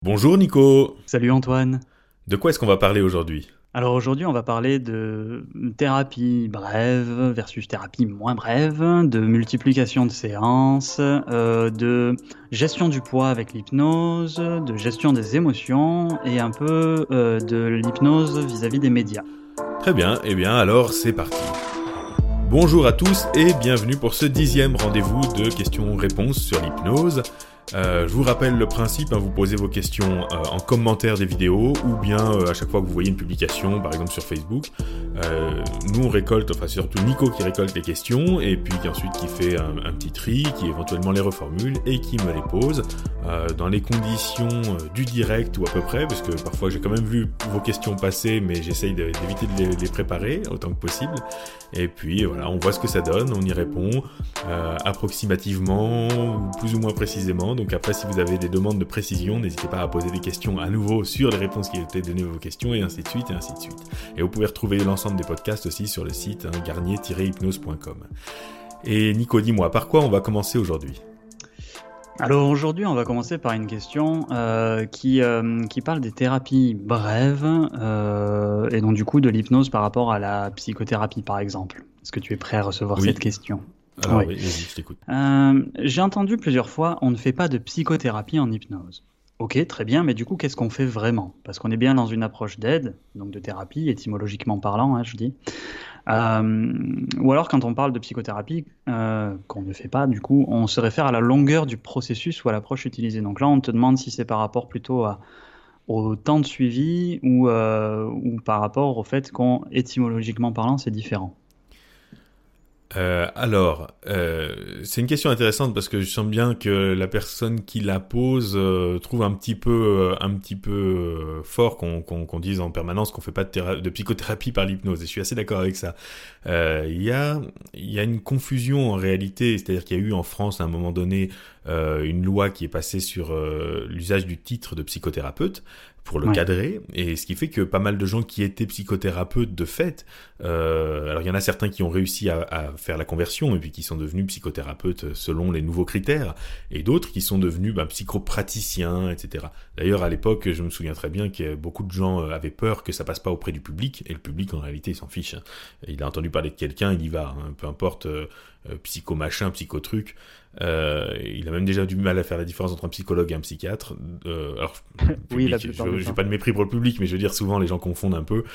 Bonjour Nico, Salut Antoine. de quoi est-ce qu'on va parler aujourd'hui? Alors aujourd'hui, on va parler de thérapie brève versus thérapie moins brève, de multiplication de séances, de gestion du poids avec l'hypnose, de gestion des émotions et un peu de l'hypnose vis-à-vis des médias. Très bien, eh bien alors c'est parti. Bonjour à tous et bienvenue pour ce 10e rendez-vous de questions-réponses sur l'hypnose. Je vous rappelle le principe, vous posez vos questions en commentaire des vidéos ou bien à chaque fois que vous voyez une publication, par exemple sur Facebook. Nous on récolte, enfin c'est surtout Nico qui récolte les questions et puis ensuite qui fait un petit tri, qui éventuellement les reformule et qui me les pose dans les conditions du direct ou à peu près, parce que parfois j'ai quand même vu vos questions passer mais j'essaye d'éviter de les préparer autant que possible. Et puis voilà, on voit ce que ça donne, on y répond approximativement ou plus ou moins précisément. Donc après, si vous avez des demandes de précision, n'hésitez pas à poser des questions à nouveau sur les réponses qui ont été données à vos questions et ainsi de suite et ainsi de suite. Et vous pouvez retrouver l'ensemble des podcasts aussi sur le site garnier-hypnose.com. Et Nico, dis-moi, par quoi on va commencer aujourd'hui? Alors aujourd'hui, on va commencer par une question qui parle des thérapies brèves et donc du coup de l'hypnose par rapport à la psychothérapie par exemple. Est-ce que tu es prêt à recevoir cette Oui, question? alors Oui. oui, vas-y, je t'écoute. J'ai entendu plusieurs fois, on ne fait pas de psychothérapie en hypnose. Ok, très bien, mais du coup, qu'est-ce qu'on fait vraiment? Parce qu'on est bien dans une approche d'aide, donc de thérapie, étymologiquement parlant, hein, je dis. Ou alors, quand on parle de psychothérapie, qu'on ne fait pas, du coup, on se réfère à la longueur du processus ou à l'approche utilisée. Donc là, on te demande si c'est par rapport plutôt au temps de suivi ou par rapport au fait étymologiquement parlant, c'est différent. C'est une question intéressante parce que je sens bien que la personne qui la pose trouve un petit peu fort qu'on dise en permanence qu'on fait pas de psychothérapie par l'hypnose. Et je suis assez d'accord avec ça. Il y a une confusion en réalité, c'est-à-dire qu'il y a eu en France à un moment donné une loi qui est passée sur l'usage du titre de psychothérapeute pour le Oui. cadrer, et ce qui fait que pas mal de gens qui étaient psychothérapeutes de fait, alors il y en a certains qui ont réussi à faire la conversion et puis qui sont devenus psychothérapeutes selon les nouveaux critères, et d'autres qui sont devenus psychopraticiens, etc. D'ailleurs à l'époque, je me souviens très bien que beaucoup de gens avaient peur que ça passe pas auprès du public, et le public en réalité il s'en fiche. Il a entendu parler de quelqu'un, il y va, peu importe psycho machin, psycho truc. Il a même déjà du mal à faire la différence entre un psychologue et un psychiatre. Alors, Oui, la public, plupart du je n'ai temps. pas de mépris pour le public, mais je veux dire souvent les gens confondent un peu.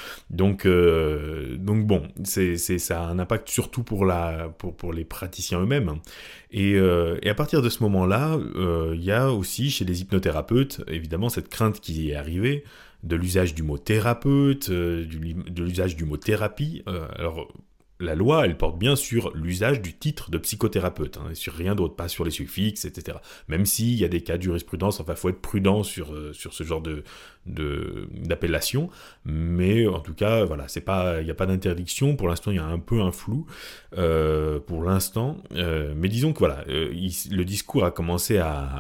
Donc bon, ça a un impact surtout pour les praticiens eux-mêmes. Et à partir de ce moment-là, il y a aussi chez les hypnothérapeutes, évidemment, cette crainte qui est arrivée de l'usage du mot thérapeute, de l'usage du mot thérapie. Alors la loi, elle porte bien sur l'usage du titre de psychothérapeute, et sur rien d'autre, pas sur les suffixes, etc. Même s'il y a des cas de jurisprudence, enfin, faut être prudent sur ce genre d'appellation, mais en tout cas, voilà, il n'y a pas d'interdiction. Pour l'instant, il y a un peu un flou, pour l'instant, mais disons que voilà, le discours a commencé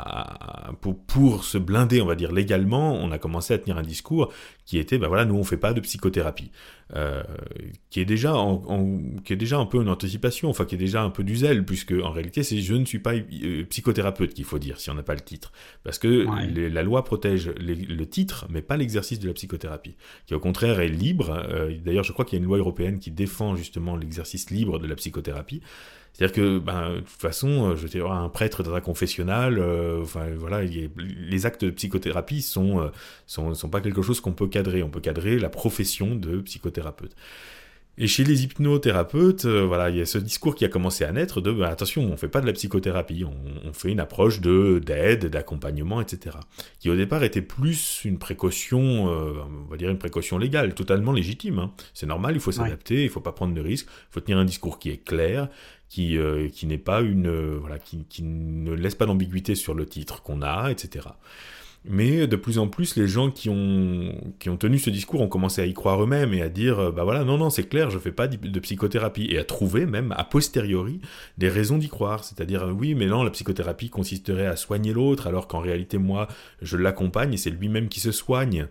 pour se blinder, on va dire légalement, on a commencé à tenir un discours qui était, voilà, nous on fait pas de psychothérapie. Qui est déjà qui est déjà un peu une anticipation, enfin qui est déjà un peu du zèle, puisque en réalité c'est je ne suis pas psychothérapeute qu'il faut dire si on n'a pas le titre, parce que Ouais. la loi protège le titre, mais pas l'exercice de la psychothérapie, qui au contraire est libre. D'ailleurs, je crois qu'il y a une loi européenne qui défend justement l'exercice libre de la psychothérapie. C'est-à-dire que, de toute façon, je veux dire, un prêtre dans un confessionnal, enfin voilà, les actes de psychothérapie sont pas quelque chose qu'on peut cadrer. On peut cadrer la profession de psychothérapeute. Et chez les hypnothérapeutes, voilà, il y a ce discours qui a commencé à naître de attention, on fait pas de la psychothérapie, on fait une approche d'aide, d'accompagnement, etc. Qui au départ était plus une précaution, on va dire une précaution légale, totalement légitime. C'est normal, il faut Ouais. s'adapter, il faut pas prendre de risques, il faut tenir un discours qui est clair, qui n'est pas voilà, qui ne laisse pas d'ambiguïté sur le titre qu'on a, etc. Mais de plus en plus, les gens qui ont tenu ce discours ont commencé à y croire eux-mêmes et à dire, voilà, non, non, c'est clair, je fais pas de psychothérapie. Et à trouver, même a posteriori, des raisons d'y croire. C'est-à-dire, oui, mais non, la psychothérapie consisterait à soigner l'autre, alors qu'en réalité, moi, je l'accompagne et c'est lui-même qui se soigne.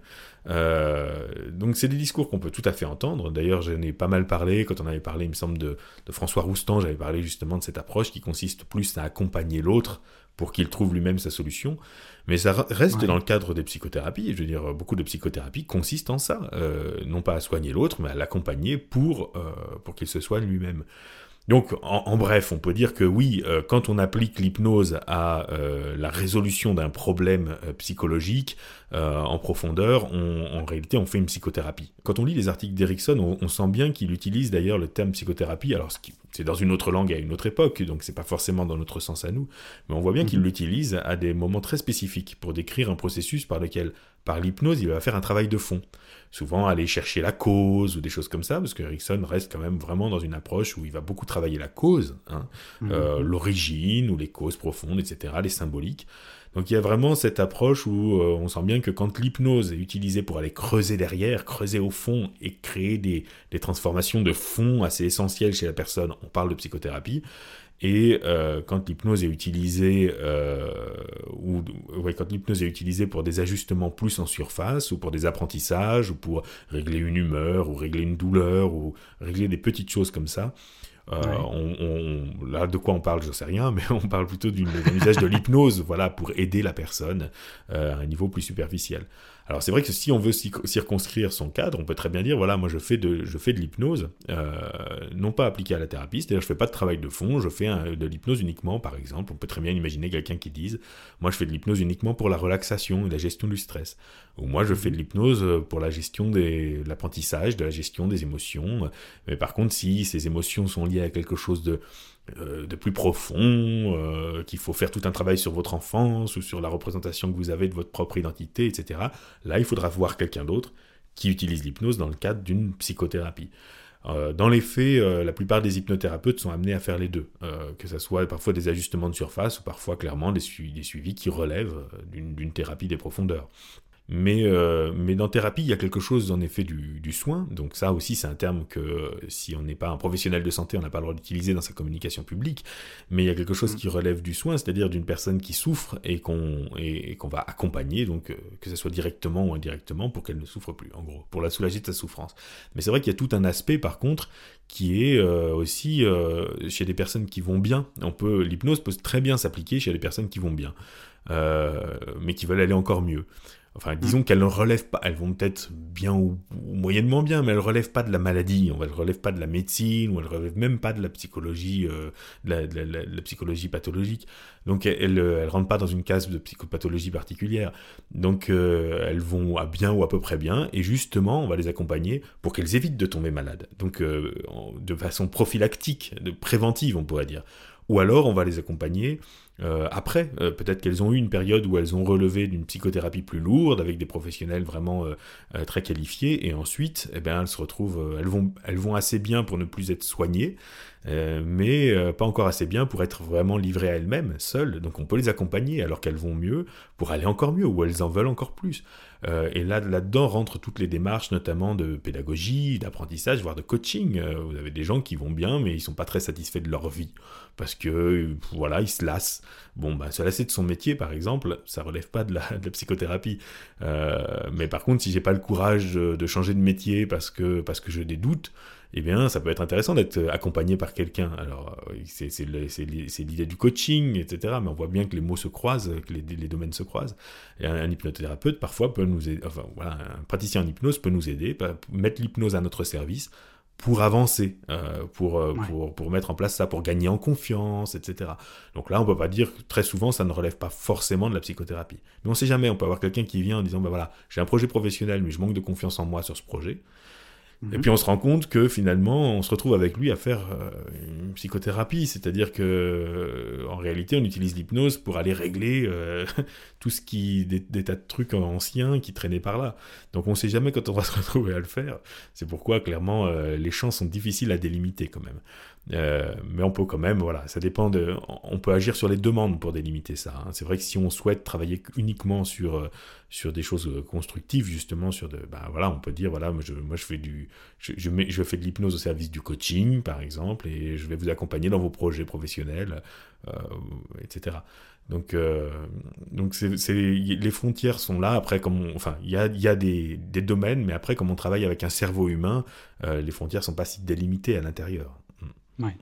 Donc c'est des discours qu'on peut tout à fait entendre. D'ailleurs, j'en ai pas mal parlé quand on avait parlé, il me semble, de François Roustan. J'avais parlé justement de cette approche qui consiste plus à accompagner l'autre pour qu'il trouve lui-même sa solution. Mais ça reste dans le cadre des psychothérapies. Je veux dire, beaucoup de psychothérapies consistent en ça. Non pas à soigner l'autre, mais à l'accompagner pour qu'il se soigne lui-même. Donc, en bref, on peut dire que oui, quand on applique l'hypnose à la résolution d'un problème psychologique en profondeur, en réalité, on fait une psychothérapie. Quand on lit les articles d'Erikson, on sent bien qu'il utilise d'ailleurs le terme psychothérapie. Alors, c'est dans une autre langue à une autre époque, donc c'est pas forcément dans notre sens à nous, mais on voit bien qu'il l'utilise à des moments très spécifiques pour décrire un processus par lequel, par l'hypnose, il va faire un travail de fond. Souvent aller chercher la cause ou des choses comme ça, parce que Erikson reste quand même vraiment dans une approche où il va beaucoup travailler la cause, l'origine ou les causes profondes, etc., les symboliques. Donc il y a vraiment cette approche où on sent bien que quand l'hypnose est utilisée pour aller creuser derrière, creuser au fond et créer des transformations de fond assez essentielles chez la personne, on parle de psychothérapie. Et quand l'hypnose est utilisée, quand l'hypnose est utilisée pour des ajustements plus en surface, ou pour des apprentissages, ou pour régler une humeur, ou régler une douleur, ou régler des petites choses comme ça, là, de quoi on parle, je ne sais rien, mais on parle plutôt d'un usage de l'hypnose, voilà, pour aider la personne à un niveau plus superficiel. Alors c'est vrai que si on veut circonscrire son cadre, on peut très bien dire, voilà, moi je fais de l'hypnose, non pas appliquée à la thérapie, c'est-à-dire je fais pas de travail de fond, je fais de l'hypnose uniquement, par exemple. On peut très bien imaginer quelqu'un qui dise, moi je fais de l'hypnose uniquement pour la relaxation et la gestion du stress. Ou moi je fais de l'hypnose pour la gestion de l'apprentissage, de la gestion des émotions. Mais par contre, si ces émotions sont liées à quelque chose de plus profond, qu'il faut faire tout un travail sur votre enfance ou sur la représentation que vous avez de votre propre identité, etc. Là, il faudra voir quelqu'un d'autre qui utilise l'hypnose dans le cadre d'une psychothérapie. Dans les faits, la plupart des hypnothérapeutes sont amenés à faire les deux, que ce soit parfois des ajustements de surface ou parfois clairement des suivis qui relèvent d'une thérapie des profondeurs. Mais dans thérapie, il y a quelque chose en effet du soin. Donc ça aussi, c'est un terme que si on n'est pas un professionnel de santé, on n'a pas le droit d'utiliser dans sa communication publique. Mais il y a quelque chose qui relève du soin, c'est-à-dire d'une personne qui souffre et qu'on va accompagner, donc que ce soit directement ou indirectement, pour qu'elle ne souffre plus, en gros, pour la soulager de sa souffrance. Mais c'est vrai qu'il y a tout un aspect, par contre, qui est aussi chez des personnes qui vont bien. L'hypnose peut très bien s'appliquer chez des personnes qui vont bien, mais qui veulent aller encore mieux. Enfin, disons qu'elles ne relèvent pas, elles vont peut-être bien ou moyennement bien, mais elles ne relèvent pas de la maladie, elles ne relèvent pas de la médecine, ou elles ne relèvent même pas de la psychologie, la psychologie pathologique. Donc elles ne rentrent pas dans une case de psychopathologie particulière. Donc elles vont à bien ou à peu près bien, et justement, on va les accompagner pour qu'elles évitent de tomber malades. Donc de façon prophylactique, préventive, on pourrait dire. Ou alors, on va les accompagner après. Peut-être qu'elles ont eu une période où elles ont relevé d'une psychothérapie plus lourde, avec des professionnels vraiment très qualifiés, et ensuite, elles se retrouvent, elles vont assez bien pour ne plus être soignées, mais pas encore assez bien pour être vraiment livrées à elles-mêmes, seules. Donc on peut les accompagner alors qu'elles vont mieux, pour aller encore mieux, ou elles en veulent encore plus. Et là-dedans rentrent toutes les démarches, notamment de pédagogie, d'apprentissage, voire de coaching. Vous avez des gens qui vont bien, mais ils sont pas très satisfaits de leur vie, parce que voilà, ils se lassent. Bon, se lasser de son métier, par exemple, ça relève pas de la psychothérapie. Mais par contre, si j'ai pas le courage de changer de métier parce que j'ai des doutes, eh bien, ça peut être intéressant d'être accompagné par quelqu'un. Alors, c'est l'idée du coaching, etc. Mais on voit bien que les mots se croisent, que les domaines se croisent. Et un hypnothérapeute, parfois, peut nous aider, enfin, voilà, un praticien en hypnose peut nous aider, mettre l'hypnose à notre service pour avancer, pour mettre en place ça, pour gagner en confiance, etc. Donc là, on peut pas dire que très souvent, ça ne relève pas forcément de la psychothérapie. Mais on sait jamais, on peut avoir quelqu'un qui vient en disant, voilà, j'ai un projet professionnel, mais je manque de confiance en moi sur ce projet. Et puis on se rend compte que finalement, on se retrouve avec lui à faire une psychothérapie, c'est-à-dire que en réalité, on utilise l'hypnose pour aller régler tout ce des tas de trucs anciens qui traînaient par là. Donc on ne sait jamais quand on va se retrouver à le faire. C'est pourquoi clairement les champs sont difficiles à délimiter quand même. Mais on peut quand même, voilà, ça dépend on peut agir sur les demandes pour délimiter ça. Hein. C'est vrai que si on souhaite travailler uniquement sur des choses constructives, justement, voilà, on peut dire, voilà, moi je fais je fais de l'hypnose au service du coaching, par exemple, et je vais vous accompagner dans vos projets professionnels, etc. Les frontières sont là. Après, il y a des domaines, mais après, comme on travaille avec un cerveau humain, les frontières sont pas si délimitées à l'intérieur. Ouais.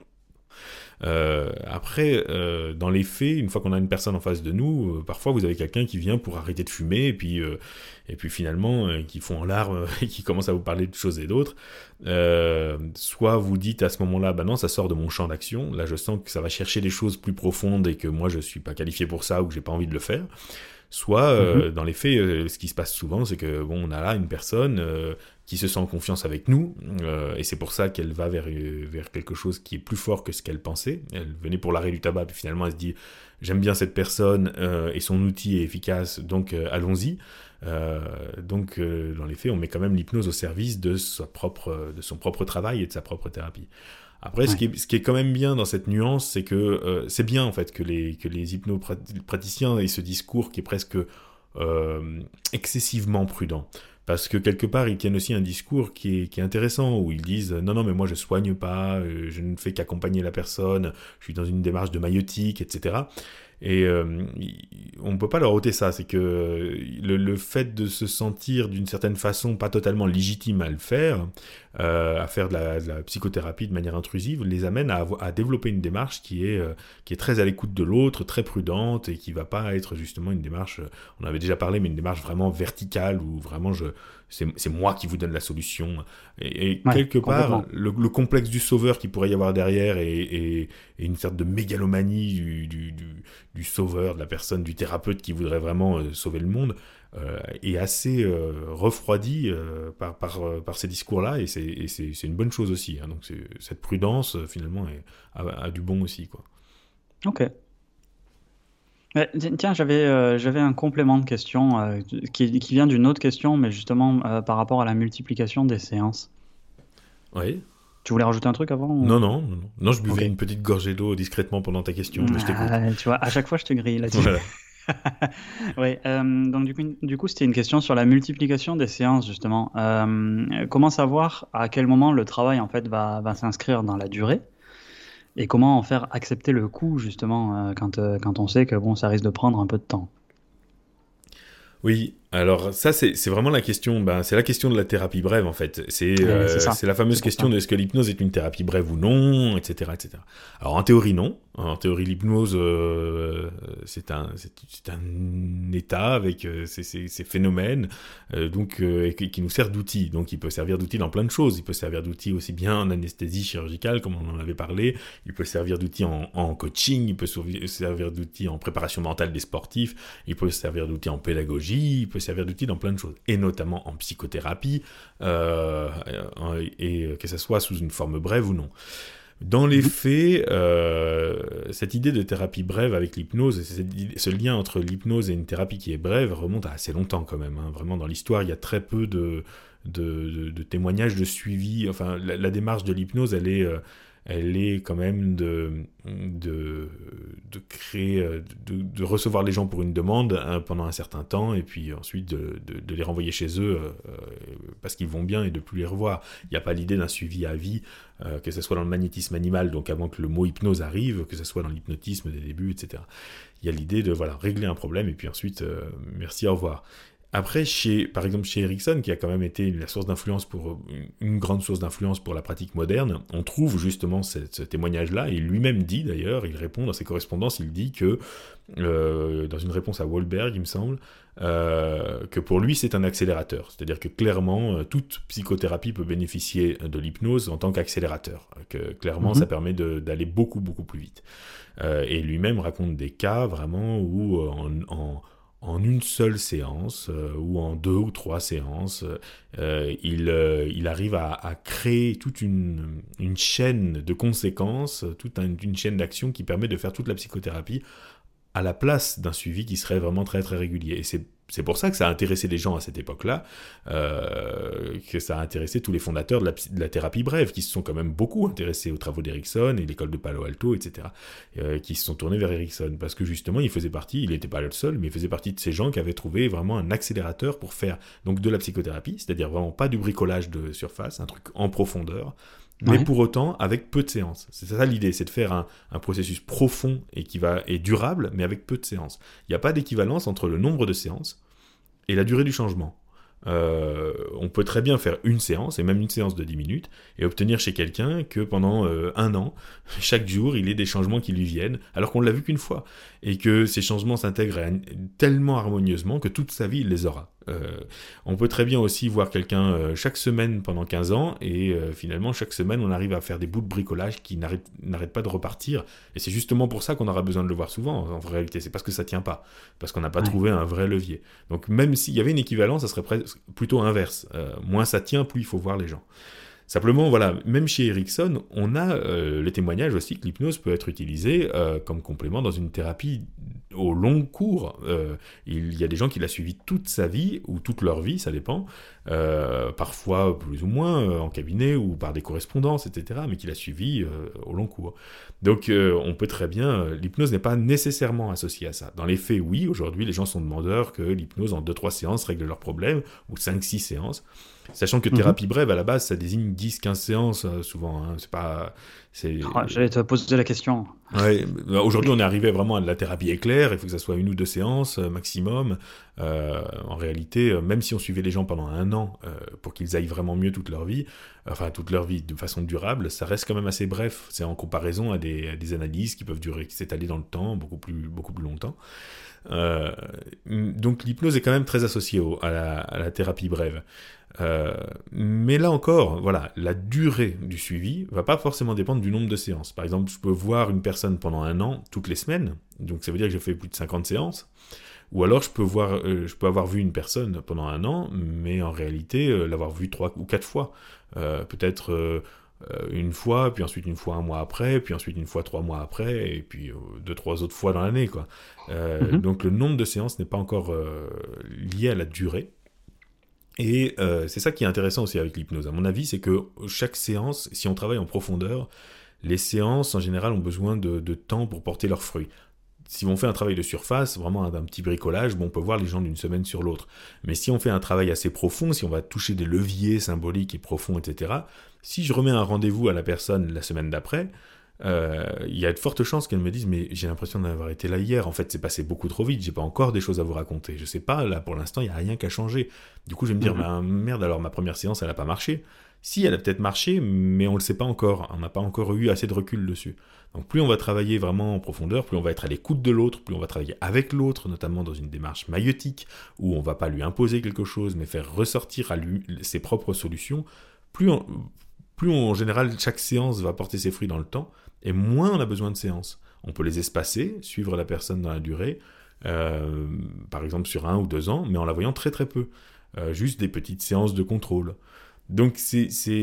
Après, dans les faits, une fois qu'on a une personne en face de nous, parfois vous avez quelqu'un qui vient pour arrêter de fumer, et puis finalement, qui fond en larmes et qui commence à vous parler de choses et d'autres. Soit vous dites à ce moment-là, bah non, ça sort de mon champ d'action. Là, je sens que ça va chercher des choses plus profondes et que moi, je suis pas qualifié pour ça ou que j'ai pas envie de le faire. Soit, Mhm. dans les faits, ce qui se passe souvent, c'est que bon, on a là une personne qui se sent en confiance avec nous, et c'est pour ça qu'elle va vers quelque chose qui est plus fort que ce qu'elle pensait. Elle venait pour l'arrêt du tabac, puis finalement elle se dit, j'aime bien cette personne et son outil est efficace, donc allons-y. Dans les faits, on met quand même l'hypnose au service de son propre travail et de sa propre thérapie. Après, Ouais. ce qui est quand même bien dans cette nuance, c'est que c'est bien en fait que les hypnopraticiens aient ce discours qui est presque excessivement prudent. Parce que quelque part, ils tiennent aussi un discours qui est intéressant, où ils disent non, non, mais moi je soigne pas, je ne fais qu'accompagner la personne, je suis dans une démarche de maïeutique, etc. Et on ne peut pas leur ôter ça, c'est que le fait de se sentir d'une certaine façon pas totalement légitime à faire de la psychothérapie de manière intrusive, les amène à développer une démarche qui est très à l'écoute de l'autre, très prudente, et qui ne va pas être justement une démarche, on avait déjà parlé, mais une démarche vraiment verticale, où vraiment c'est moi qui vous donne la solution. Et Ouais, quelque part, complètement. le complexe du sauveur qu'il pourrait y avoir derrière et une sorte de mégalomanie du sauveur, de la personne, du thérapeute qui voudrait vraiment sauver le monde, est assez refroidi par ces discours-là, et c'est une bonne chose aussi. Hein. Donc cette prudence, finalement, a du bon aussi, quoi. Ok. Tiens, j'avais un complément de question qui vient d'une autre question, mais justement par rapport à la multiplication des séances. Oui. Tu voulais rajouter un truc avant Non, ou... non, non, non. Non, je buvais Ok. une petite gorgée d'eau discrètement pendant ta question, mais je t'écoute. Tu vois, à chaque fois, je te grille là-dessus. Voilà. Oui, donc du coup, c'était une question sur la multiplication des séances, justement. Comment savoir à quel moment le travail, en fait, va s'inscrire dans la durée et comment en faire accepter le coût, justement, quand on sait que, bon, ça risque de prendre un peu de temps. Oui, alors ça c'est vraiment la question, c'est la question de la thérapie brève en fait. Et c'est ça, C'est la c'est fameuse pour question ça. de est-ce que l'hypnose est une thérapie brève ou non, etc. etc. Alors en théorie non. En théorie l'hypnose c'est un état avec ces phénomènes et qui nous sert d'outil. Donc il peut servir d'outil dans plein de choses. Il peut servir d'outil aussi bien en anesthésie chirurgicale comme on en avait parlé. Il peut servir d'outil en coaching. Il peut servir d'outil en préparation mentale des sportifs. Il peut servir d'outil en pédagogie, il peut servir d'outil dans plein de choses, et notamment en psychothérapie, et que ça soit sous une forme brève ou non. Dans les Mhm. faits, cette idée de thérapie brève avec l'hypnose, ce lien entre l'hypnose et une thérapie qui est brève remonte à assez longtemps quand même. Hein. Vraiment, dans l'histoire, il y a très peu de témoignages de suivi. Enfin, la démarche de l'hypnose, elle est quand même de créer, de recevoir les gens pour une demande pendant un certain temps, et puis ensuite de les renvoyer chez eux parce qu'ils vont bien et de plus les revoir. Il n'y a pas l'idée d'un suivi à vie, que ce soit dans le magnétisme animal, donc avant que le mot hypnose arrive, que ce soit dans l'hypnotisme des débuts, etc. Il y a l'idée de régler un problème, et puis ensuite, merci, au revoir. Après, par exemple, chez Erickson, qui a quand même été une grande source d'influence pour la pratique moderne, on trouve justement ce témoignage-là, et lui-même dit d'ailleurs, il répond dans ses correspondances, il dit que, dans une réponse à Wahlberg, il me semble, que pour lui c'est un accélérateur. C'est-à-dire que clairement, toute psychothérapie peut bénéficier de l'hypnose en tant qu'accélérateur. Que clairement, ça Mhm. permet d'aller beaucoup, beaucoup plus vite. Et lui-même raconte des cas vraiment où en une seule séance ou en 2 ou 3 séances, il arrive à créer toute une chaîne de conséquences, une chaîne d'action qui permet de faire toute la psychothérapie à la place d'un suivi qui serait vraiment très très régulier. Et c'est pour ça que ça a intéressé les gens à cette époque-là, que ça a intéressé tous les fondateurs de la thérapie brève, qui se sont quand même beaucoup intéressés aux travaux d'Erickson et l'école de Palo Alto, etc., qui se sont tournés vers Erickson, parce que justement, il n'était pas le seul, mais il faisait partie de ces gens qui avaient trouvé vraiment un accélérateur pour faire donc de la psychothérapie, c'est-à-dire vraiment pas du bricolage de surface, un truc en profondeur, mais pour autant avec peu de séances. C'est ça l'idée, c'est de faire un processus profond et durable, mais avec peu de séances. Il n'y a pas d'équivalence entre le nombre de séances et la durée du changement. On peut très bien faire une séance, et même une séance de 10 minutes, et obtenir chez quelqu'un que pendant un an, chaque jour, il ait des changements qui lui viennent, alors qu'on ne l'a vu qu'une fois, et que ces changements s'intègrent tellement harmonieusement que toute sa vie, il les aura. On peut très bien aussi voir quelqu'un chaque semaine pendant 15 ans, et finalement, chaque semaine, on arrive à faire des bouts de bricolage qui n'arrêtent pas de repartir, et c'est justement pour ça qu'on aura besoin de le voir souvent, en réalité, c'est parce que ça tient pas, parce qu'on n'a pas trouvé un vrai levier. Donc même s'il y avait une équivalence, ça serait plutôt inverse. Moins ça tient, plus il faut voir les gens. Simplement, voilà, même chez Erickson, on a le témoignage aussi que l'hypnose peut être utilisée comme complément dans une thérapie au long cours. Il y a des gens qui l'ont suivi toute sa vie, ou toute leur vie, ça dépend, parfois plus ou moins en cabinet ou par des correspondances, etc., mais qui l'a suivi au long cours. Donc on peut très bien... l'hypnose n'est pas nécessairement associée à ça. Dans les faits, oui, aujourd'hui, les gens sont demandeurs que l'hypnose en 2-3 séances règle leurs problèmes, ou 5-6 séances. Sachant que thérapie brève, à la base, ça désigne 10-15 séances, souvent. Hein. C'est pas... J'allais te poser la question. Ouais, aujourd'hui, on est arrivé vraiment à de la thérapie éclair. Il faut que ça soit 1 ou 2 séances maximum. En réalité, même si on suivait les gens pendant 1 an pour qu'ils aillent vraiment mieux toute leur vie de façon durable, ça reste quand même assez bref. C'est en comparaison à des analyses qui peuvent durer, qui s'étaler dans le temps, beaucoup plus longtemps. Donc l'hypnose est quand même très associée à la thérapie brève. Mais là encore, voilà, la durée du suivi va pas forcément dépendre du nombre de séances. Par exemple, je peux voir une personne pendant 1 an, toutes les semaines, donc ça veut dire que j'ai fait plus de 50 séances, ou alors je peux avoir vu une personne pendant 1 an, mais en réalité l'avoir vue 3 ou 4 fois, peut-être une fois, puis ensuite une fois 1 mois après, puis ensuite une fois 3 mois après, et puis 2-3 autres fois dans l'année, quoi. Donc le nombre de séances n'est pas encore lié à la durée. Et c'est ça qui est intéressant aussi avec l'hypnose. À mon avis, c'est que chaque séance, si on travaille en profondeur, les séances, en général, ont besoin de temps pour porter leurs fruits. Si on fait un travail de surface, vraiment un petit bricolage, on peut voir les gens d'une semaine sur l'autre. Mais si on fait un travail assez profond, si on va toucher des leviers symboliques et profonds, etc., si je remets un rendez-vous à la personne la semaine d'après, il y a de fortes chances qu'elle me dise « mais j'ai l'impression d'avoir été là hier, en fait c'est passé beaucoup trop vite, j'ai pas encore des choses à vous raconter, je sais pas, là pour l'instant il y a rien qu'à changer ». Du coup je vais me dire « merde, alors ma première séance elle a pas marché ». Si, elle a peut-être marché, mais on le sait pas encore, on n'a pas encore eu assez de recul dessus. Donc plus on va travailler vraiment en profondeur, plus on va être à l'écoute de l'autre, plus on va travailler avec l'autre, notamment dans une démarche maïeutique, où on va pas lui imposer quelque chose, mais faire ressortir à lui ses propres solutions, plus en général chaque séance va porter ses fruits dans le temps, et moins on a besoin de séances. On peut les espacer, suivre la personne dans la durée, par exemple sur 1 ou 2 ans, mais en la voyant très très peu. Juste des petites séances de contrôle. Donc ça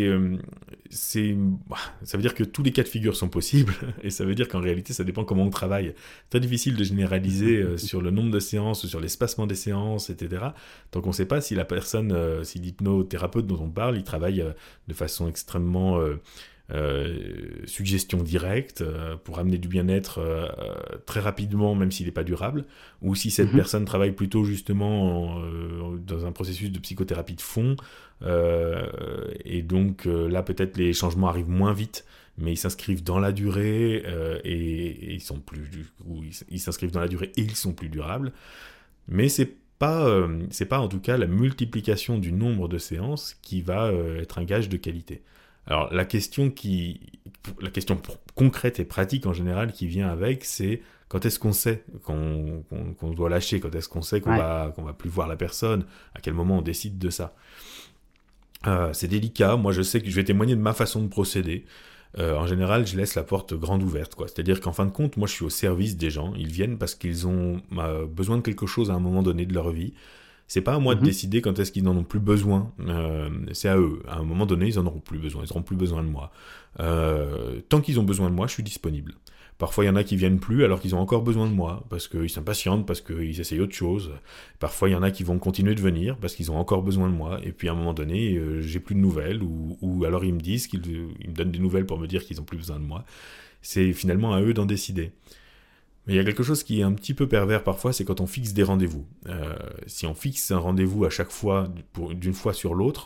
veut dire que tous les cas de figure sont possibles, et ça veut dire qu'en réalité ça dépend comment on travaille. C'est très difficile de généraliser sur le nombre de séances, ou sur l'espacement des séances, etc. Tant qu'on ne sait pas si la personne, si l'hypnothérapeute dont on parle, il travaille de façon extrêmement suggestion directe pour amener du bien-être très rapidement, même s'il n'est pas durable, ou si cette personne travaille plutôt justement dans un processus de psychothérapie de fond, et donc là peut-être les changements arrivent moins vite, mais ils s'inscrivent dans la durée et ils s'inscrivent dans la durée et ils sont plus durables. Mais c'est pas en tout cas la multiplication du nombre de séances qui va être un gage de qualité. Alors la question concrète et pratique en général qui vient avec, c'est quand est-ce qu'on sait qu'on doit lâcher, quand est-ce qu'on sait qu'on va plus voir la personne, à quel moment on décide de ça. C'est délicat, moi je sais que je vais témoigner de ma façon de procéder. En général, je laisse la porte grande ouverte, quoi. C'est-à-dire qu'en fin de compte, moi je suis au service des gens, ils viennent parce qu'ils ont besoin de quelque chose à un moment donné de leur vie. C'est pas à moi de décider quand est-ce qu'ils n'en ont plus besoin, c'est à eux. À un moment donné, ils en auront plus besoin, ils n'auront plus besoin de moi. Tant qu'ils ont besoin de moi, je suis disponible. Parfois, il y en a qui viennent plus alors qu'ils ont encore besoin de moi, parce qu'ils s'impatientent, parce qu'ils essayent autre chose. Parfois, il y en a qui vont continuer de venir parce qu'ils ont encore besoin de moi. Et puis, à un moment donné, j'ai plus de nouvelles, ou alors ils me disent ils me donnent des nouvelles pour me dire qu'ils ont plus besoin de moi. C'est finalement à eux d'en décider. Mais il y a quelque chose qui est un petit peu pervers parfois, c'est quand on fixe des rendez-vous. Si on fixe un rendez-vous à chaque fois, d'une fois sur l'autre,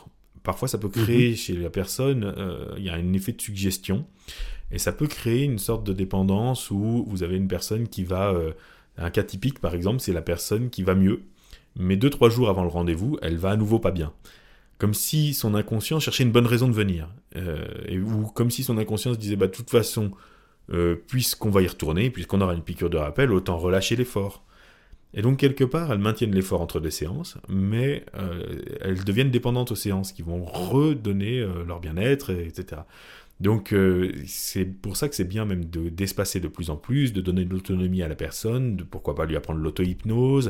parfois ça peut créer chez la personne, il y a un effet de suggestion, et ça peut créer une sorte de dépendance où vous avez une personne qui va... un cas typique, par exemple, c'est la personne qui va mieux, mais 2-3 jours avant le rendez-vous, elle va à nouveau pas bien. Comme si son inconscient cherchait une bonne raison de venir. Ou comme si son inconscient se disait, de toute façon, puisqu'on va y retourner, puisqu'on aura une piqûre de rappel, autant relâcher l'effort. Et donc, quelque part, elles maintiennent l'effort entre les séances, mais elles deviennent dépendantes aux séances, qui vont redonner leur bien-être, etc. Donc, c'est pour ça que c'est bien même d'espacer de plus en plus, de donner de l'autonomie à la personne, de pourquoi pas lui apprendre l'auto-hypnose,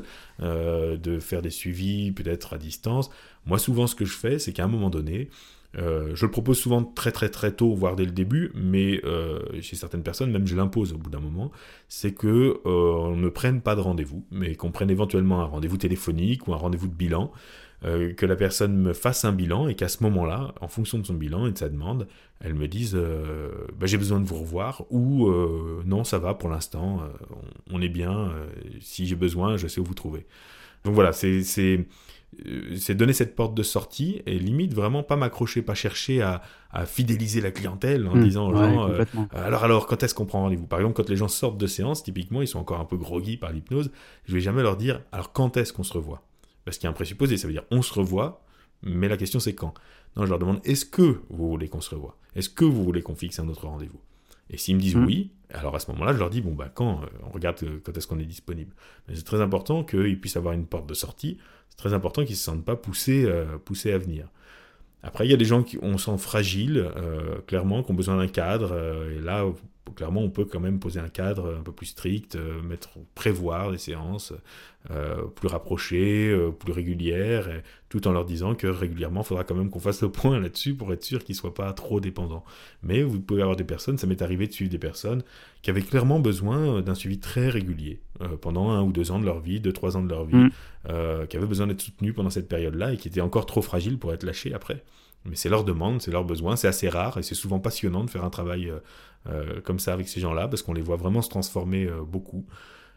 de faire des suivis peut-être à distance. Moi, souvent, ce que je fais, c'est qu'à un moment donné, je le propose souvent très très très tôt, voire dès le début, mais chez certaines personnes, même je l'impose au bout d'un moment, c'est que on ne prenne pas de rendez-vous, mais qu'on prenne éventuellement un rendez-vous téléphonique ou un rendez-vous de bilan, que la personne me fasse un bilan et qu'à ce moment-là, en fonction de son bilan et de sa demande, elle me dise j'ai besoin de vous revoir ou non, ça va pour l'instant, on est bien, si j'ai besoin, je sais où vous trouver. Donc voilà, c'est donner cette porte de sortie et limite vraiment pas m'accrocher, pas chercher à fidéliser la clientèle en disant aux gens alors quand est-ce qu'on prend rendez-vous. Par exemple, quand les gens sortent de séance, typiquement ils sont encore un peu groggy par l'hypnose, je vais jamais leur dire alors quand est-ce qu'on se revoit, parce qu'il y a un présupposé, ça veut dire on se revoit, mais la question c'est quand. Non, je leur demande est-ce que vous voulez qu'on se revoie, est-ce que vous voulez qu'on fixe un autre rendez-vous. Et s'ils me disent oui, alors à ce moment-là, je leur dis, quand on regarde quand est-ce qu'on est disponible. Mais c'est très important qu'ils puissent avoir une porte de sortie, c'est très important qu'ils ne se sentent pas poussés à venir. Après, il y a des gens qui on sent fragiles, clairement, qui ont besoin d'un cadre, et là, clairement, on peut quand même poser un cadre un peu plus strict, prévoir des séances plus rapprochées, plus régulières, tout en leur disant que régulièrement, il faudra quand même qu'on fasse le point là-dessus pour être sûr qu'ils ne soient pas trop dépendants. Mais vous pouvez avoir des personnes, ça m'est arrivé de suivre des personnes qui avaient clairement besoin d'un suivi très régulier pendant 1 ou 2 ans de leur vie, 2-3 ans de leur vie, qui avaient besoin d'être soutenus pendant cette période-là et qui étaient encore trop fragiles pour être lâchés après. Mais c'est leur demande, c'est leur besoin, c'est assez rare et c'est souvent passionnant de faire un travail comme ça avec ces gens-là parce qu'on les voit vraiment se transformer beaucoup.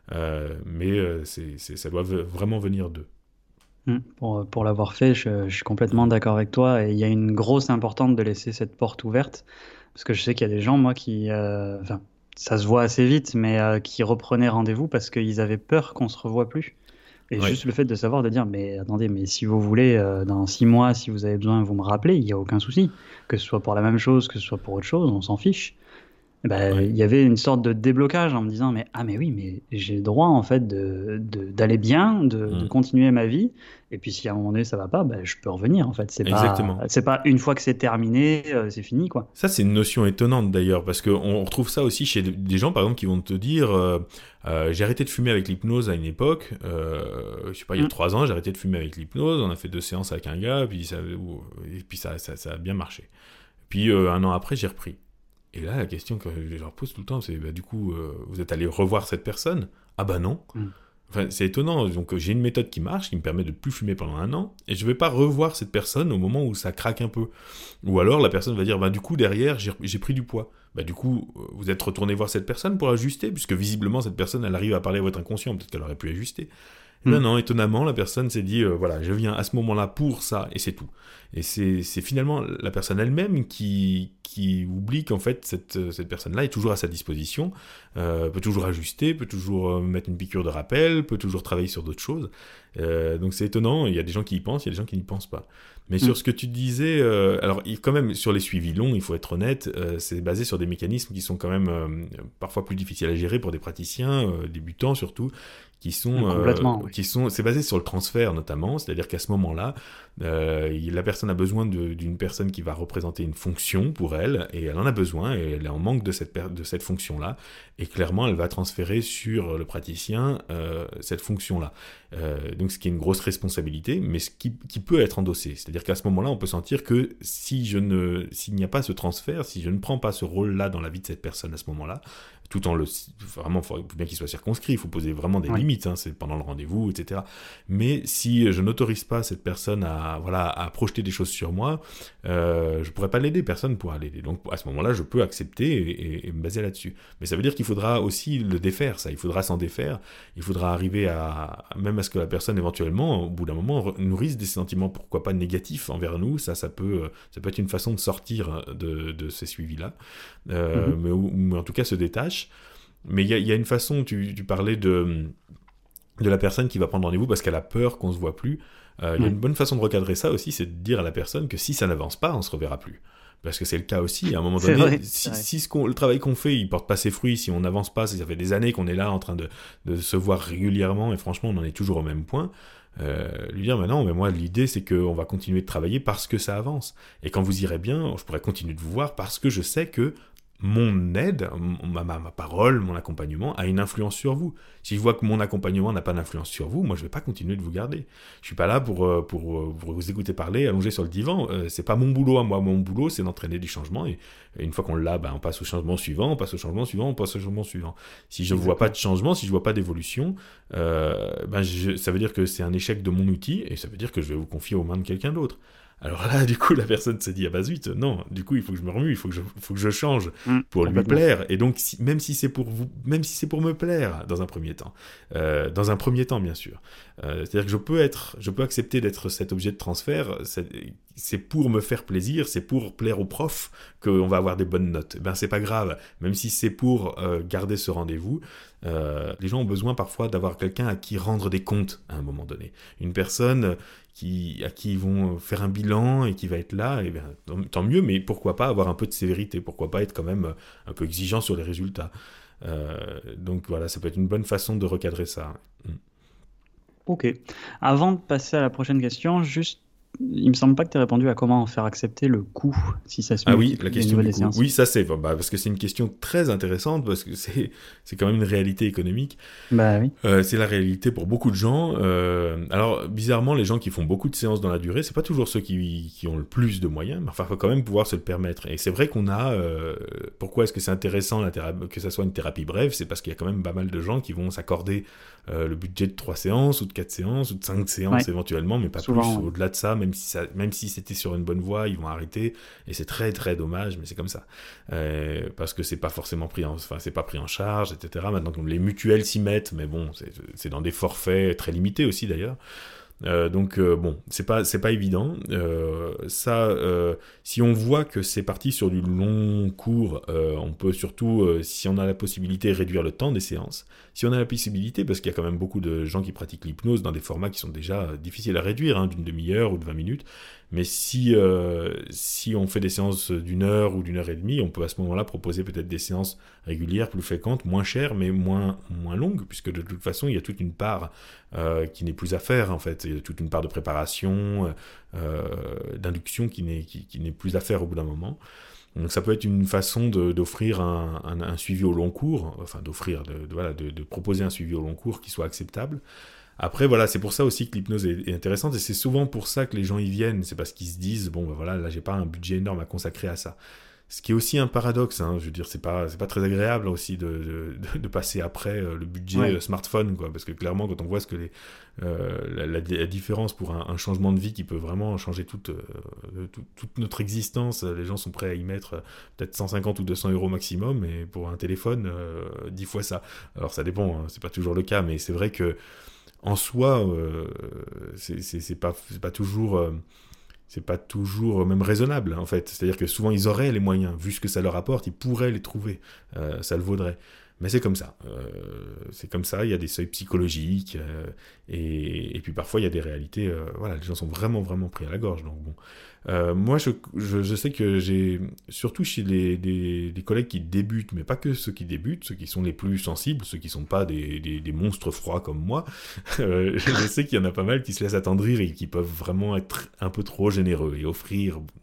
Mais ça doit vraiment venir d'eux. Pour l'avoir fait, je suis complètement d'accord avec toi et il y a une grosse importance de laisser cette porte ouverte parce que je sais qu'il y a des gens, moi, qui, ça se voit assez vite, mais qui reprenaient rendez-vous parce qu'ils avaient peur qu'on se revoie plus. Et juste le fait de savoir, de dire, mais attendez, mais si vous voulez, dans 6 mois, si vous avez besoin, vous me rappelez, il n'y a aucun souci. Que ce soit pour la même chose, que ce soit pour autre chose, on s'en fiche. Il y avait une sorte de déblocage en me disant, mais oui, mais j'ai le droit, en fait, d'aller bien, de continuer ma vie. Et puis, si à un moment donné, ça va pas, je peux revenir, en fait. C'est pas une fois que c'est terminé, c'est fini, quoi. Ça, c'est une notion étonnante, d'ailleurs, parce qu'on retrouve ça aussi chez des gens, par exemple, qui vont te dire j'ai arrêté de fumer avec l'hypnose à une époque, je sais pas, il y a 3 ans, j'ai arrêté de fumer avec l'hypnose, on a fait 2 séances avec un gars, et puis ça a bien marché. Puis 1 an après, j'ai repris. Et là, la question que je leur pose tout le temps, c'est du coup, vous êtes allé revoir cette personne ? Ah non. Enfin, c'est étonnant. Donc, j'ai une méthode qui marche, qui me permet de ne plus fumer pendant 1 an, et je ne vais pas revoir cette personne au moment où ça craque un peu. Ou alors, la personne va dire, du coup, derrière, j'ai pris du poids. Du coup, vous êtes retourné voir cette personne pour ajuster, puisque visiblement, cette personne, elle arrive à parler à votre inconscient, peut-être qu'elle aurait pu ajuster. Non, étonnamment, la personne s'est dit, je viens à ce moment-là pour ça, et c'est tout. Et c'est finalement la personne elle-même qui oublie qu'en fait, cette personne-là est toujours à sa disposition, peut toujours ajuster, peut toujours mettre une piqûre de rappel, peut toujours travailler sur d'autres choses. Donc c'est étonnant, il y a des gens qui y pensent, il y a des gens qui n'y pensent pas. Mais sur ce que tu disais, alors quand même, sur les suivis longs, il faut être honnête, c'est basé sur des mécanismes qui sont quand même parfois plus difficiles à gérer pour des praticiens, débutants surtout, c'est basé sur le transfert notamment, c'est-à-dire qu'à ce moment-là, la personne a besoin d'une personne qui va représenter une fonction pour elle, et elle en a besoin, et elle est en manque de cette fonction-là, et clairement elle va transférer sur le praticien cette fonction-là. Donc ce qui est une grosse responsabilité, mais ce qui peut être endossé, c'est-à-dire qu'à ce moment-là, on peut sentir que s'il n'y a pas ce transfert, si je ne prends pas ce rôle-là dans la vie de cette personne à ce moment-là, tout en vraiment, faut bien qu'il soit circonscrit, il faut poser vraiment des limites, hein, c'est pendant le rendez-vous, etc. Mais si je n'autorise pas cette personne à projeter des choses sur moi, je pourrais pas l'aider, personne ne pourra l'aider. Donc à ce moment-là, je peux accepter et me baser là-dessus. Mais ça veut dire qu'il faudra aussi le défaire, ça. Il faudra s'en défaire. Il faudra arriver même à ce que la personne, éventuellement, au bout d'un moment, nourrisse des sentiments, pourquoi pas négatifs envers nous. Ça peut être une façon de sortir de ces suivis-là. Mais en tout cas, se détache. Mais il y a une façon, tu parlais de la personne qui va prendre rendez-vous parce qu'elle a peur qu'on se voit plus. Il y a une bonne façon de recadrer ça aussi, c'est de dire à la personne que si ça n'avance pas, on se reverra plus. Parce que c'est le cas aussi, à un moment donné, vrai, si le travail qu'on fait, il porte pas ses fruits, si on n'avance pas, si ça fait des années qu'on est là en train de se voir régulièrement, et franchement, on en est toujours au même point, lui dire, non, mais moi, l'idée, c'est qu'on va continuer de travailler parce que ça avance. Et quand vous irez bien, je pourrais continuer de vous voir parce que je sais que mon aide, ma parole, mon accompagnement a une influence sur vous. Si je vois que mon accompagnement n'a pas d'influence sur vous, moi je vais pas continuer de vous garder. Je suis pas là pour vous écouter parler, allongé sur le divan. C'est pas mon boulot à moi. Mon boulot, c'est d'entraîner du changement. Et une fois qu'on l'a, on passe au changement suivant, on passe au changement suivant, on passe au changement suivant. Si je vois pas de changement, si je vois pas d'évolution, ça veut dire que c'est un échec de mon outil et ça veut dire que je vais vous confier aux mains de quelqu'un d'autre. Alors là, du coup, la personne se dit, ah bah zut, non, du coup, il faut que je me remue, il faut que je change pour lui plaire. Et donc, même si c'est pour vous, même si c'est pour me plaire, dans un premier temps, bien sûr. C'est-à-dire que je peux accepter d'être cet objet de transfert, c'est pour me faire plaisir, c'est pour plaire au prof qu'on va avoir des bonnes notes. C'est pas grave, même si c'est pour garder ce rendez-vous, les gens ont besoin parfois d'avoir quelqu'un à qui rendre des comptes à un moment donné. Une personne à qui ils vont faire un bilan et qui va être là, et tant mieux, mais pourquoi pas avoir un peu de sévérité, pourquoi pas être quand même un peu exigeant sur les résultats. Donc voilà, ça peut être une bonne façon de recadrer ça. Ok. Avant de passer à la prochaine question, juste, il me semble pas que tu aies répondu à comment faire accepter le coût, si ça se Ah oui, multiplie la les question nouvelles du coût. séances. Oui, ça c'est parce que c'est une question très intéressante parce que c'est quand même une réalité économique. Bah oui. C'est la réalité pour beaucoup de gens. Alors bizarrement, les gens qui font beaucoup de séances dans la durée, c'est pas toujours ceux qui ont le plus de moyens, mais enfin, faut quand même pouvoir se le permettre. Et c'est vrai qu'on a. Pourquoi est-ce que c'est intéressant que ça soit une thérapie brève? C'est parce qu'il y a quand même pas mal de gens qui vont s'accorder le budget de 3 séances ou de 4 séances ou de 5 séances éventuellement, mais pas Souvent, plus au-delà de ça, même si c'était sur une bonne voie, ils vont arrêter. Et c'est très très dommage, mais c'est comme ça. Parce que c'est pas forcément c'est pas pris en charge, etc. Maintenant, comme les mutuelles s'y mettent, mais bon, c'est dans des forfaits très limités aussi d'ailleurs. Donc bon, c'est pas évident. Si on voit que c'est parti sur du long cours, on peut surtout, si on a la possibilité, réduire le temps des séances. Si on a la possibilité, parce qu'il y a quand même beaucoup de gens qui pratiquent l'hypnose dans des formats qui sont déjà difficiles à réduire, d'une demi-heure ou de 20 minutes. Mais si on fait des séances d'une heure ou d'une heure et demie, on peut à ce moment-là proposer peut-être des séances régulières, plus fréquentes, moins chères, mais moins longues, puisque de toute façon, il y a toute une part qui n'est plus à faire, en fait. Il y a toute une part de préparation, d'induction qui n'est plus à faire au bout d'un moment. Donc ça peut être une façon d'offrir un suivi au long cours, enfin de proposer un suivi au long cours qui soit acceptable. Après, voilà, c'est pour ça aussi que l'hypnose est intéressante, et c'est souvent pour ça que les gens y viennent, c'est parce qu'ils se disent, bon, voilà, là, j'ai pas un budget énorme à consacrer à ça. Ce qui est aussi un paradoxe, je veux dire, c'est pas très agréable aussi de passer après le budget smartphone, quoi, parce que clairement, quand on voit ce que la différence pour un changement de vie qui peut vraiment changer toute notre existence, les gens sont prêts à y mettre peut-être 150 ou 200 euros maximum, et pour un téléphone, 10 fois ça. Alors ça dépend, c'est pas toujours le cas, mais c'est vrai que en soi, c'est pas toujours même raisonnable, en fait. C'est-à-dire que souvent ils auraient les moyens, vu ce que ça leur apporte, ils pourraient les trouver, ça le vaudrait. Mais c'est comme ça. Il y a des seuils psychologiques, et puis parfois il y a des réalités, voilà, les gens sont vraiment, vraiment pris à la gorge. Donc bon. Moi, je sais que j'ai, surtout chez des collègues qui débutent, mais pas que ceux qui débutent, ceux qui sont les plus sensibles, ceux qui sont pas des monstres froids comme moi, je sais qu'il y en a pas mal qui se laissent attendrir et qui peuvent vraiment être un peu trop généreux et offrir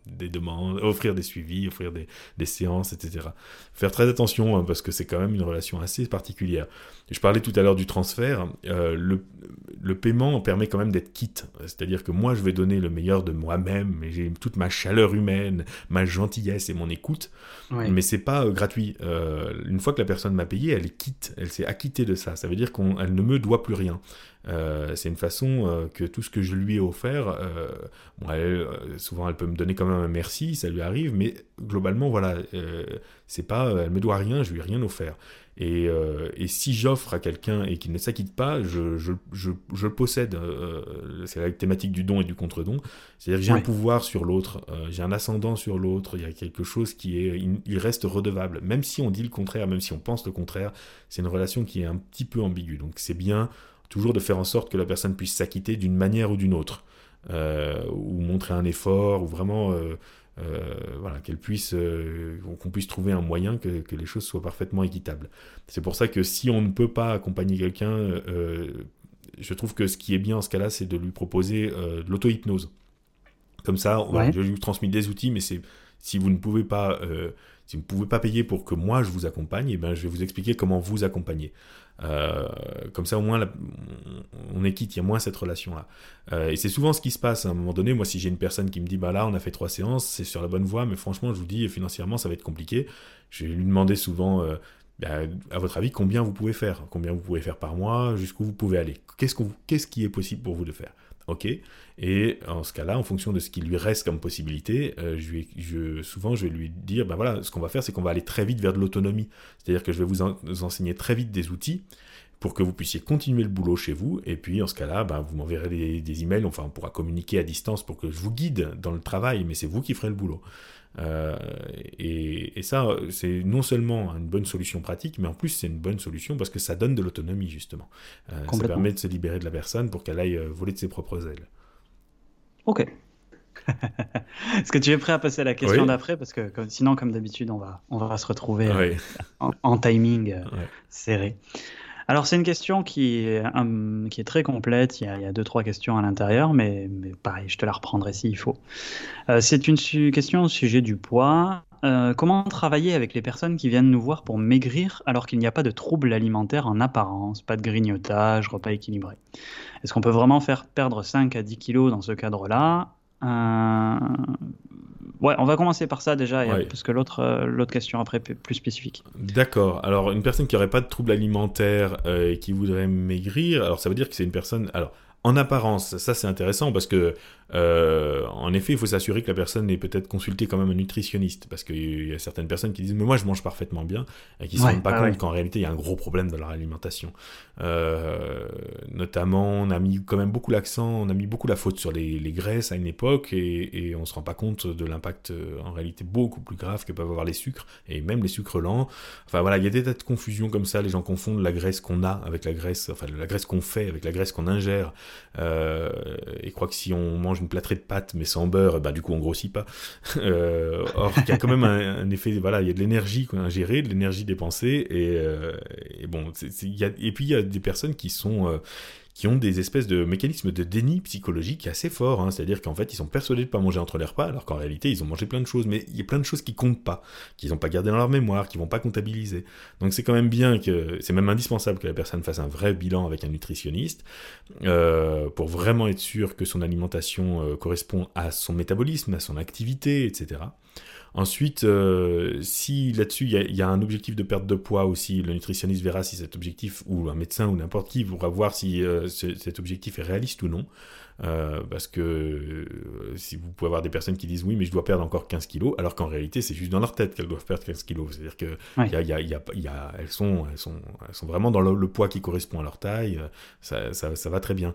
des demandes, offrir des suivis, offrir des séances, etc. Faire très attention, hein, parce que c'est quand même une relation assez particulière. Je parlais tout à l'heure du transfert. Le paiement permet quand même d'être quitte. C'est-à-dire que moi, je vais donner le meilleur de moi-même, et j'ai toute ma chaleur humaine, ma gentillesse et mon écoute, Oui. mais c'est pas gratuit. Une fois que la personne m'a payé, elle est quitte, elle s'est acquittée de ça. Ça veut dire qu'elle ne me doit plus rien. C'est une façon que tout ce que je lui ai offert, souvent elle peut me donner quand même un merci, ça lui arrive, mais globalement, voilà, c'est pas, elle me doit rien, je lui ai rien offert. Et si j'offre à quelqu'un et qu'il ne s'acquitte pas, je le possède. C'est la thématique du don et du contre-don. C'est-à-dire que j'ai un pouvoir sur l'autre, j'ai un ascendant sur l'autre, il y a quelque chose il reste redevable. Même si on dit le contraire, même si on pense le contraire, c'est une relation qui est un petit peu ambiguë. Donc c'est bien toujours de faire en sorte que la personne puisse s'acquitter d'une manière ou d'une autre, ou montrer un effort, ou vraiment... voilà, qu'on puisse trouver un moyen que les choses soient parfaitement équitables. C'est pour ça que si on ne peut pas accompagner quelqu'un, je trouve que ce qui est bien en ce cas-là, c'est de lui proposer de l'auto-hypnose. Comme ça, voilà, je lui transmets des outils, mais si vous ne pouvez pas, si vous ne pouvez pas payer pour que moi je vous accompagne, eh ben, je vais vous expliquer comment vous accompagner. Comme ça, au moins, on est quitte, il y a moins cette relation-là. Et c'est souvent ce qui se passe à un moment donné. Moi, si j'ai une personne qui me dit, bah là, on a fait 3 séances, c'est sur la bonne voie, mais franchement, je vous dis, financièrement, ça va être compliqué. Je vais lui demander souvent, à votre avis, combien vous pouvez faire par mois, jusqu'où vous pouvez aller. Qu'est-ce qui est possible pour vous de faire? Ok, et en ce cas-là, en fonction de ce qui lui reste comme possibilité, souvent je vais lui dire, ben voilà, ce qu'on va faire, c'est qu'on va aller très vite vers de l'autonomie. C'est-à-dire que je vais vous enseigner très vite des outils pour que vous puissiez continuer le boulot chez vous, et puis en ce cas-là, ben, vous m'enverrez des emails, enfin on pourra communiquer à distance pour que je vous guide dans le travail, mais c'est vous qui ferez le boulot. Et ça, c'est non seulement une bonne solution pratique, mais en plus c'est une bonne solution parce que ça donne de l'autonomie justement. Ça permet de se libérer de la personne pour qu'elle aille voler de ses propres ailes. Ok. Est-ce que tu es prêt à passer à la question d'après? Parce que sinon, comme d'habitude, on va se retrouver en timing serré. Alors, c'est une question qui est très complète. Il y a 2-3 questions à l'intérieur, mais pareil, je te la reprendrai s'il faut. C'est une question au sujet du poids. Comment travailler avec les personnes qui viennent nous voir pour maigrir alors qu'il n'y a pas de trouble alimentaire en apparence, pas de grignotage, repas équilibré? Est-ce qu'on peut vraiment faire perdre 5 à 10 kilos dans ce cadre-là? Ouais, on va commencer par ça déjà, parce que l'autre question après est plus spécifique. D'accord. Alors, une personne qui n'aurait pas de trouble alimentaire et qui voudrait maigrir, alors ça veut dire que c'est une personne... Alors, en apparence, ça c'est intéressant parce que, en effet, il faut s'assurer que la personne ait peut-être consulté quand même un nutritionniste, parce qu'il y a certaines personnes qui disent « mais moi je mange parfaitement bien » et qui ne se rendent pas compte qu'en réalité il y a un gros problème dans leur alimentation. Notamment, on a mis quand même beaucoup l'accent, on a mis beaucoup la faute sur les graisses à une époque et on ne se rend pas compte de l'impact en réalité beaucoup plus grave que peuvent avoir les sucres, et même les sucres lents. Enfin voilà, il y a des tas de confusions comme ça, les gens confondent la graisse qu'on a avec la graisse, enfin la graisse qu'on fait avec la graisse qu'on ingère. Et croient que si on mange une plâtrée de pâtes mais sans beurre, du coup on grossit pas. Or il y a quand même un effet, voilà, il y a de l'énergie qu'on a ingérée, de l'énergie dépensée, et bon, et puis il y a des personnes qui ont des espèces de mécanismes de déni psychologique assez forts, hein. C'est-à-dire qu'en fait, ils sont persuadés de ne pas manger entre les repas, alors qu'en réalité, ils ont mangé plein de choses, mais il y a plein de choses qui comptent pas, qu'ils n'ont pas gardé dans leur mémoire, qu'ils vont pas comptabiliser. Donc c'est quand même bien c'est même indispensable que la personne fasse un vrai bilan avec un nutritionniste, pour vraiment être sûr que son alimentation correspond à son métabolisme, à son activité, etc. Ensuite, si là-dessus, il y a un objectif de perte de poids aussi, le nutritionniste verra si cet objectif, ou un médecin ou n'importe qui, pourra voir si cet objectif est réaliste ou non. Parce que si vous pouvez avoir des personnes qui disent oui, mais je dois perdre encore 15 kilos, alors qu'en réalité, c'est juste dans leur tête qu'elles doivent perdre 15 kilos. C'est-à-dire qu'elles sont vraiment dans le poids qui correspond à leur taille, ça va très bien.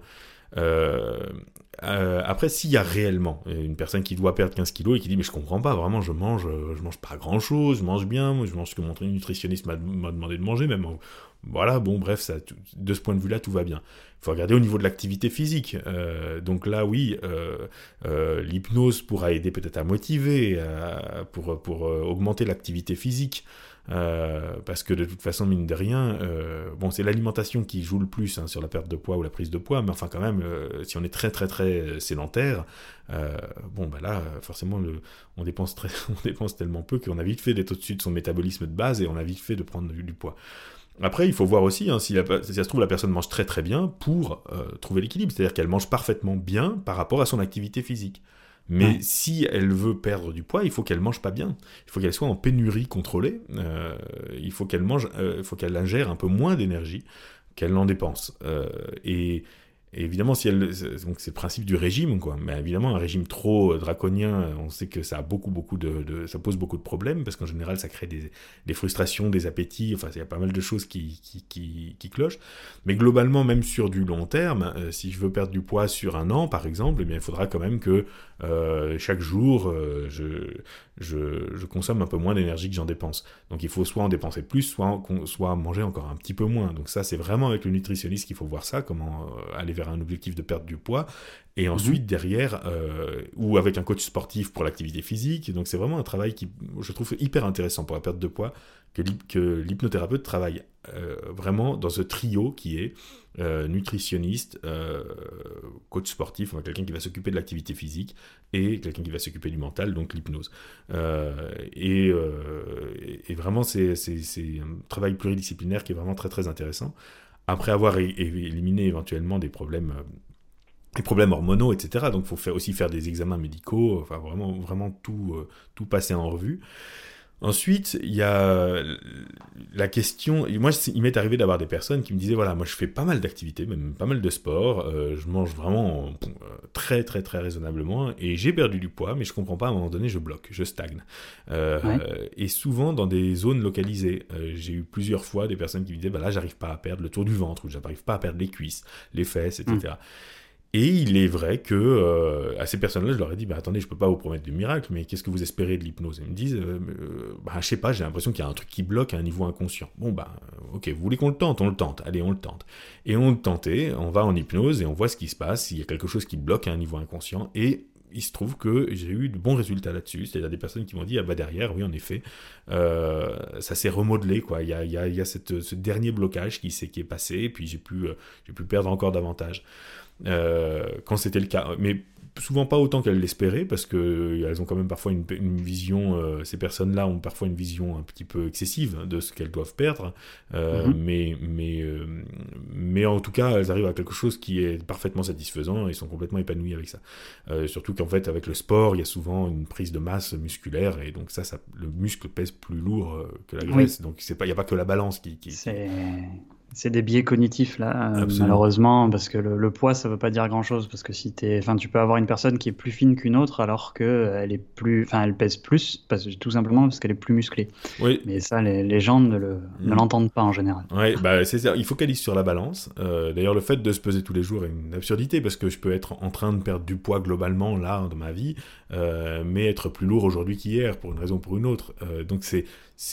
Après, s'il y a réellement une personne qui doit perdre 15 kilos et qui dit mais je comprends pas, vraiment je mange pas grand chose, je mange bien, moi, je mange ce que mon nutritionniste m'a demandé de manger, même voilà, bon bref, de ce point de vue là tout va bien. Il faut regarder au niveau de l'activité physique, Donc là, oui, l'hypnose pourra aider peut-être à motiver, pour augmenter l'activité physique. Parce que de toute façon, mine de rien, bon, c'est l'alimentation qui joue le plus sur la perte de poids ou la prise de poids, mais enfin quand même, si on est très très très sédentaire, bon bah là, forcément, on dépense on dépense tellement peu qu'on a vite fait d'être au-dessus de son métabolisme de base et on a vite fait de prendre du poids. Après, il faut voir aussi, si ça se trouve, la personne mange très très bien pour trouver l'équilibre, c'est-à-dire qu'elle mange parfaitement bien par rapport à son activité physique. Mais si elle veut perdre du poids, il faut qu'elle mange pas bien. Il faut qu'elle soit en pénurie contrôlée. Il faut qu'elle ingère un peu moins d'énergie qu'elle n'en dépense. Et évidemment, donc c'est le principe du régime, quoi. Mais évidemment, un régime trop draconien, on sait que ça a ça pose beaucoup de problèmes, parce qu'en général, ça crée des frustrations, des appétits, enfin, il y a pas mal de choses qui clochent. Mais globalement, même sur du long terme, si je veux perdre du poids sur un an, par exemple, eh bien, il faudra quand même que chaque jour, je consomme un peu moins d'énergie que j'en dépense. Donc il faut soit en dépenser plus, soit manger encore un petit peu moins. Donc ça, c'est vraiment avec le nutritionniste qu'il faut voir ça, comment aller vers un objectif de perte du poids. Et ensuite, derrière, ou avec un coach sportif pour l'activité physique. Donc c'est vraiment un travail qui, je trouve, hyper intéressant pour la perte de poids, que l'hypnothérapeute travaille vraiment dans ce trio qui est nutritionniste, coach sportif, enfin, quelqu'un qui va s'occuper de l'activité physique, et quelqu'un qui va s'occuper du mental, donc l'hypnose. Et vraiment, c'est un travail pluridisciplinaire qui est vraiment très très intéressant. Après avoir éliminé éventuellement des problèmes hormonaux, etc. Donc il faut aussi faire des examens médicaux, enfin vraiment, vraiment tout passer en revue. Ensuite, il y a la question... Moi, il m'est arrivé d'avoir des personnes qui me disaient, voilà, moi je fais pas mal d'activités, même pas mal de sport, je mange vraiment très très très raisonnablement, et j'ai perdu du poids, mais je comprends pas, à un moment donné, je bloque, je stagne. Et souvent dans des zones localisées. J'ai eu plusieurs fois des personnes qui me disaient, bah là, j'arrive pas à perdre le tour du ventre, ou j'arrive pas à perdre les cuisses, les fesses, etc. Et il est vrai que à ces personnes-là, je leur ai dit, bah, attendez, je peux pas vous promettre du miracle, mais qu'est-ce que vous espérez de l'hypnose ? Ils me disent, je sais pas, j'ai l'impression qu'il y a un truc qui bloque à un niveau inconscient. Bon, ok, vous voulez qu'on le tente ? On le tente. Allez, on le tente. Et on le tentait, on va en hypnose et on voit ce qui se passe, s'il y a quelque chose qui bloque à un niveau inconscient. Et il se trouve que j'ai eu de bons résultats là-dessus. C'est-à-dire des personnes qui m'ont dit, ah bah derrière, oui, en effet, ça s'est remodelé, quoi. Il y a ce dernier blocage qui est passé, et puis j'ai pu perdre encore davantage. Quand c'était le cas, mais souvent pas autant qu'elles l'espéraient, parce que elles ont quand même parfois une vision, ces personnes-là ont parfois une vision un petit peu excessive de ce qu'elles doivent perdre, mais en tout cas elles arrivent à quelque chose qui est parfaitement satisfaisant et sont complètement épanouies avec ça. Surtout qu'en fait avec le sport il y a souvent une prise de masse musculaire, et donc ça le muscle pèse plus lourd que la graisse, donc il n'y a pas que la balance qui... C'est des biais cognitifs là, malheureusement, parce que le poids ça veut pas dire grand chose, parce que tu peux avoir une personne qui est plus fine qu'une autre alors que elle pèse plus, tout simplement parce qu'elle est plus musclée. Oui. Mais ça, les gens ne l'entendent pas en général. Ouais, c'est ça. Ils focalisent sur la balance. D'ailleurs, le fait de se peser tous les jours est une absurdité, parce que je peux être en train de perdre du poids globalement là dans ma vie, mais être plus lourd aujourd'hui qu'hier pour une raison ou pour une autre. Donc c'est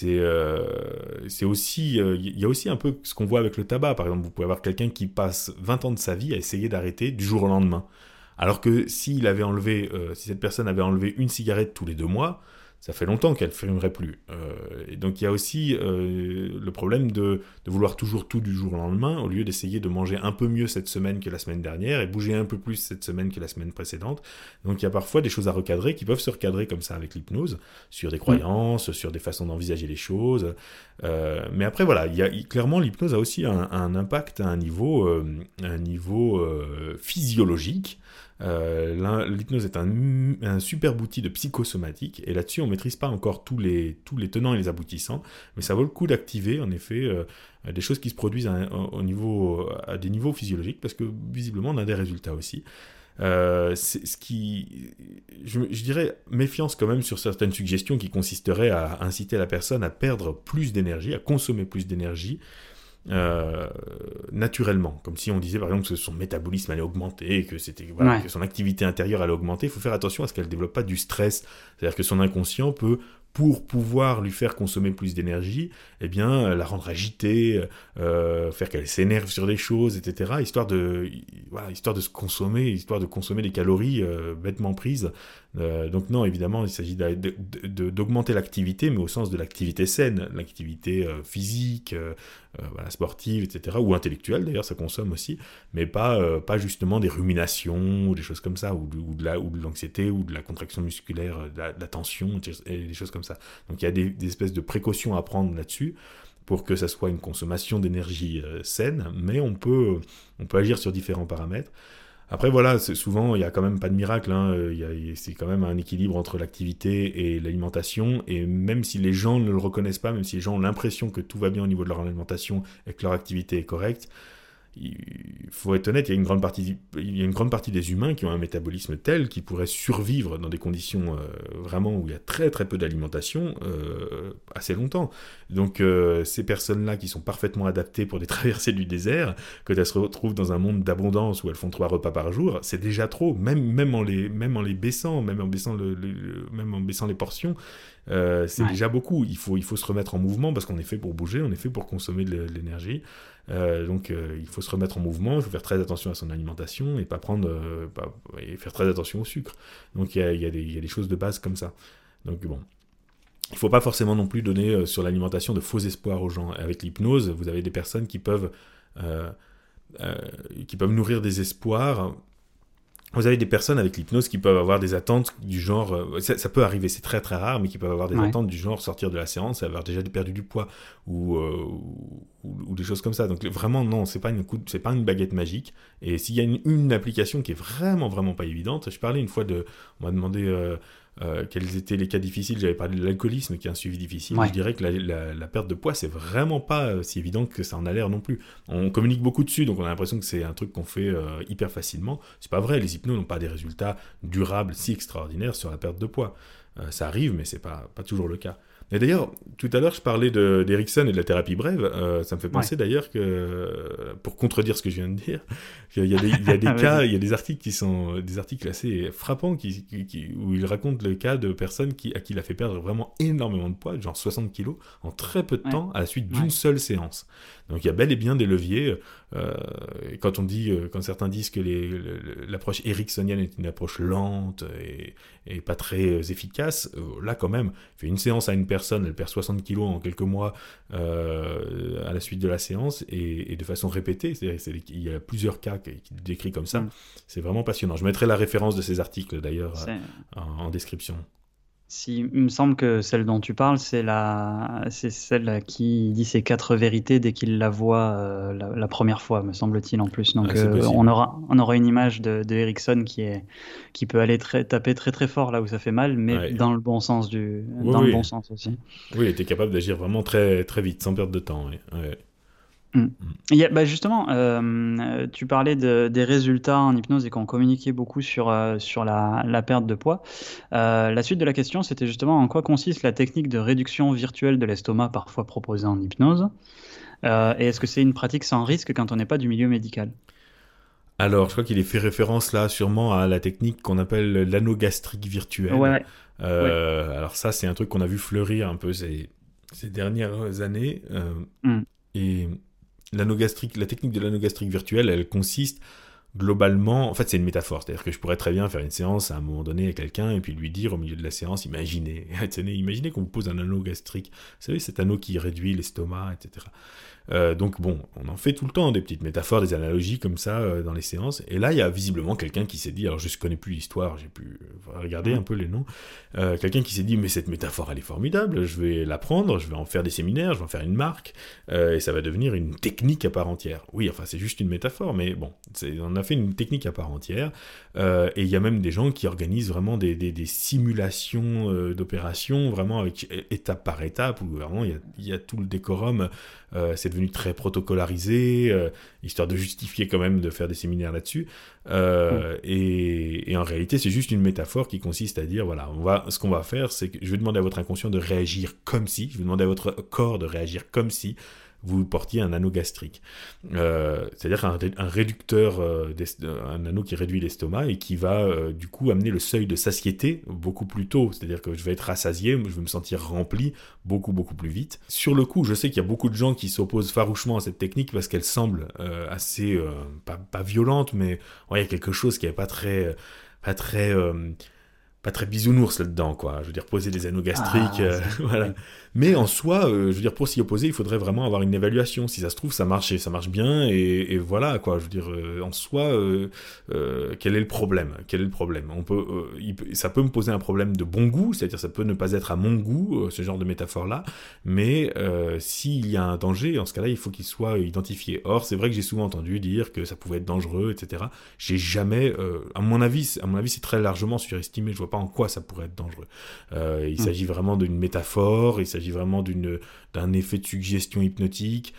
aussi, il y a aussi un peu ce qu'on voit avec le tabac. Par exemple, vous pouvez avoir quelqu'un qui passe 20 ans de sa vie à essayer d'arrêter du jour au lendemain. Alors que si cette personne avait enlevé une cigarette tous les 2 mois, ça fait longtemps qu'elle ne fumerait plus. Et donc il y a aussi le problème de vouloir toujours tout du jour au lendemain, au lieu d'essayer de manger un peu mieux cette semaine que la semaine dernière, et bouger un peu plus cette semaine que la semaine précédente. Donc il y a parfois des choses à recadrer qui peuvent se recadrer comme ça avec l'hypnose, sur des croyances, sur des façons d'envisager les choses. Mais après voilà, clairement l'hypnose a aussi un impact à un niveau physiologique. L'hypnose est un superbe outil de psychosomatique, et là-dessus on ne maîtrise pas encore tous les tenants et les aboutissants, mais ça vaut le coup d'activer en effet des choses qui se produisent à des niveaux physiologiques, parce que visiblement on a des résultats aussi. C'est ce qui, je dirais, méfiance quand même sur certaines suggestions qui consisteraient à inciter la personne à perdre plus d'énergie, à consommer plus d'énergie naturellement, comme si on disait par exemple que son métabolisme allait augmenter, que que son activité intérieure allait augmenter. Il faut faire attention à ce qu'elle ne développe pas du stress, c'est-à-dire que son inconscient peut pour pouvoir lui faire consommer plus d'énergie, eh bien, la rendre agitée, faire qu'elle s'énerve sur des choses, etc., histoire de se consommer, histoire de consommer des calories bêtement prises. Donc non, évidemment, il s'agit d'augmenter l'activité, mais au sens de l'activité saine, l'activité physique, sportive, etc., ou intellectuelle, d'ailleurs, ça consomme aussi, mais pas justement des ruminations, ou des choses comme ça, ou de l'anxiété, ou de la contraction musculaire, de la tension, et des choses comme ça. Donc il y a des espèces de précautions à prendre là-dessus, pour que ça soit une consommation d'énergie saine, mais on peut agir sur différents paramètres. Après, voilà, souvent, il n'y a quand même pas de miracle. C'est quand même un équilibre entre l'activité et l'alimentation. Et même si les gens ne le reconnaissent pas, même si les gens ont l'impression que tout va bien au niveau de leur alimentation et que leur activité est correcte, il faut être honnête, il y a une grande partie des humains qui ont un métabolisme tel qu'ils pourraient survivre dans des conditions vraiment où il y a très très peu d'alimentation assez longtemps. Donc ces personnes-là qui sont parfaitement adaptées pour des traversées du désert, quand elles se retrouvent dans un monde d'abondance où elles font 3 repas par jour, c'est déjà trop, même en les baissant, même en baissant les portions. C'est déjà beaucoup. Il faut se remettre en mouvement parce qu'on est fait pour bouger, on est fait pour consommer de l'énergie. Donc il faut se remettre en mouvement, il faut faire très attention à son alimentation et et faire très attention au sucre. Donc il y a des choses de base comme ça. Donc bon, il ne faut pas forcément non plus donner sur l'alimentation de faux espoirs aux gens. Avec l'hypnose, vous avez des personnes qui peuvent nourrir des espoirs. Vous avez des personnes avec l'hypnose qui peuvent avoir des attentes du genre, ça peut arriver, c'est très très rare, mais qui peuvent avoir des attentes du genre sortir de la séance et avoir déjà perdu du poids ou des choses comme ça. Donc vraiment non, c'est pas une baguette magique. Et s'il y a une application qui est vraiment vraiment pas évidente, je parlais une fois on m'a demandé quels étaient les cas difficiles, j'avais parlé de l'alcoolisme qui est un suivi difficile. Je dirais que la perte de poids c'est vraiment pas si évident que ça en a l'air non plus. On communique beaucoup dessus, donc on a l'impression que c'est un truc qu'on fait hyper facilement. C'est pas vrai, les hypnos n'ont pas des résultats durables si extraordinaires sur la perte de poids. Ça arrive, mais c'est pas toujours le cas. Et d'ailleurs, tout à l'heure, je parlais d'Erickson et de la thérapie brève. Ça me fait penser d'ailleurs que, pour contredire ce que je viens de dire, il y a des cas, il y a des articles qui sont des articles assez frappants où il raconte le cas de personnes à qui il a fait perdre vraiment énormément de poids, genre 60 kilos, en très peu de temps, à la suite d'une seule séance. Donc il y a bel et bien des leviers. Quand certains disent que l'approche ericksonienne est une approche lente et pas très efficace, là quand même, il fait une séance à une personne, elle perd 60 kilos en quelques mois à la suite de la séance et de façon répétée. Il y a plusieurs cas qui décrits comme ça. C'est vraiment passionnant. Je mettrai la référence de ces articles d'ailleurs en description. Il me semble que celle dont tu parles, c'est celle qui dit ses 4 vérités dès qu'il la voit la première fois, me semble-t-il en plus. Donc on aura une image de Erickson qui peut aller taper très très fort là où ça fait mal, mais dans le bon sens le bon sens aussi. Oui, il était capable d'agir vraiment très très vite, sans perdre de temps. Oui. Justement, tu parlais des résultats en hypnose et qu'on communiquait beaucoup sur la perte de poids. La suite de la question, c'était justement en quoi consiste la technique de réduction virtuelle de l'estomac parfois proposée en hypnose. Et est-ce que c'est une pratique sans risque quand on n'est pas du milieu médical ? Alors, je crois qu'il est fait référence là sûrement à la technique qu'on appelle l'anneau gastrique virtuel. Alors ça, c'est un truc qu'on a vu fleurir un peu ces dernières années. Et la technique de l'anneau gastrique virtuel, elle consiste globalement, en fait c'est une métaphore, c'est-à-dire que je pourrais très bien faire une séance à un moment donné à quelqu'un et puis lui dire au milieu de la séance, imaginez qu'on vous pose un anneau gastrique, vous savez cet anneau qui réduit l'estomac, etc. Donc bon, on en fait tout le temps des petites métaphores, des analogies comme ça dans les séances, et là il y a visiblement quelqu'un qui s'est dit, alors je ne connais plus l'histoire, j'ai pu regarder un peu les noms, quelqu'un qui s'est dit mais cette métaphore elle est formidable, je vais la prendre, je vais en faire des séminaires, je vais en faire une marque, et ça va devenir une technique à part entière. Oui, enfin c'est juste une métaphore, mais bon, on a fait une technique à part entière, et il y a même des gens qui organisent vraiment des simulations d'opérations, vraiment avec étape par étape, où vraiment il y a tout le décorum. C'est devenu très protocolarisé, histoire de justifier quand même de faire des séminaires là-dessus. Et en réalité, c'est juste une métaphore qui consiste à dire, voilà, ce qu'on va faire, c'est que je vais demander à votre inconscient de réagir comme si, je vais demander à votre corps de réagir comme si vous portiez un anneau gastrique. C'est-à-dire un réducteur, un anneau qui réduit l'estomac et qui va du coup amener le seuil de satiété beaucoup plus tôt. C'est-à-dire que je vais être rassasié, je vais me sentir rempli beaucoup plus vite. Sur le coup, je sais qu'il y a beaucoup de gens qui s'opposent farouchement à cette technique parce qu'elle semble assez, pas violente, mais ouais, il y a quelque chose qui n'est pas très bisounours là-dedans, quoi. Je veux dire, poser des anneaux gastriques, voilà. Mais en soi, je veux dire, pour s'y opposer, il faudrait vraiment avoir une évaluation. Si ça se trouve, ça marche bien, et voilà, quoi. Je veux dire, en soi, quel est le problème ? Ça peut me poser un problème de bon goût, c'est-à-dire ça peut ne pas être à mon goût, ce genre de métaphore-là, mais s'il y a un danger, en ce cas-là, il faut qu'il soit identifié. Or, c'est vrai que j'ai souvent entendu dire que ça pouvait être dangereux, etc. J'ai jamais, à mon avis, c'est très largement surestimé. Je vois pas en quoi ça pourrait être dangereux. Il s'agit vraiment d'une métaphore, il s'agit vraiment d'un effet de suggestion hypnotique.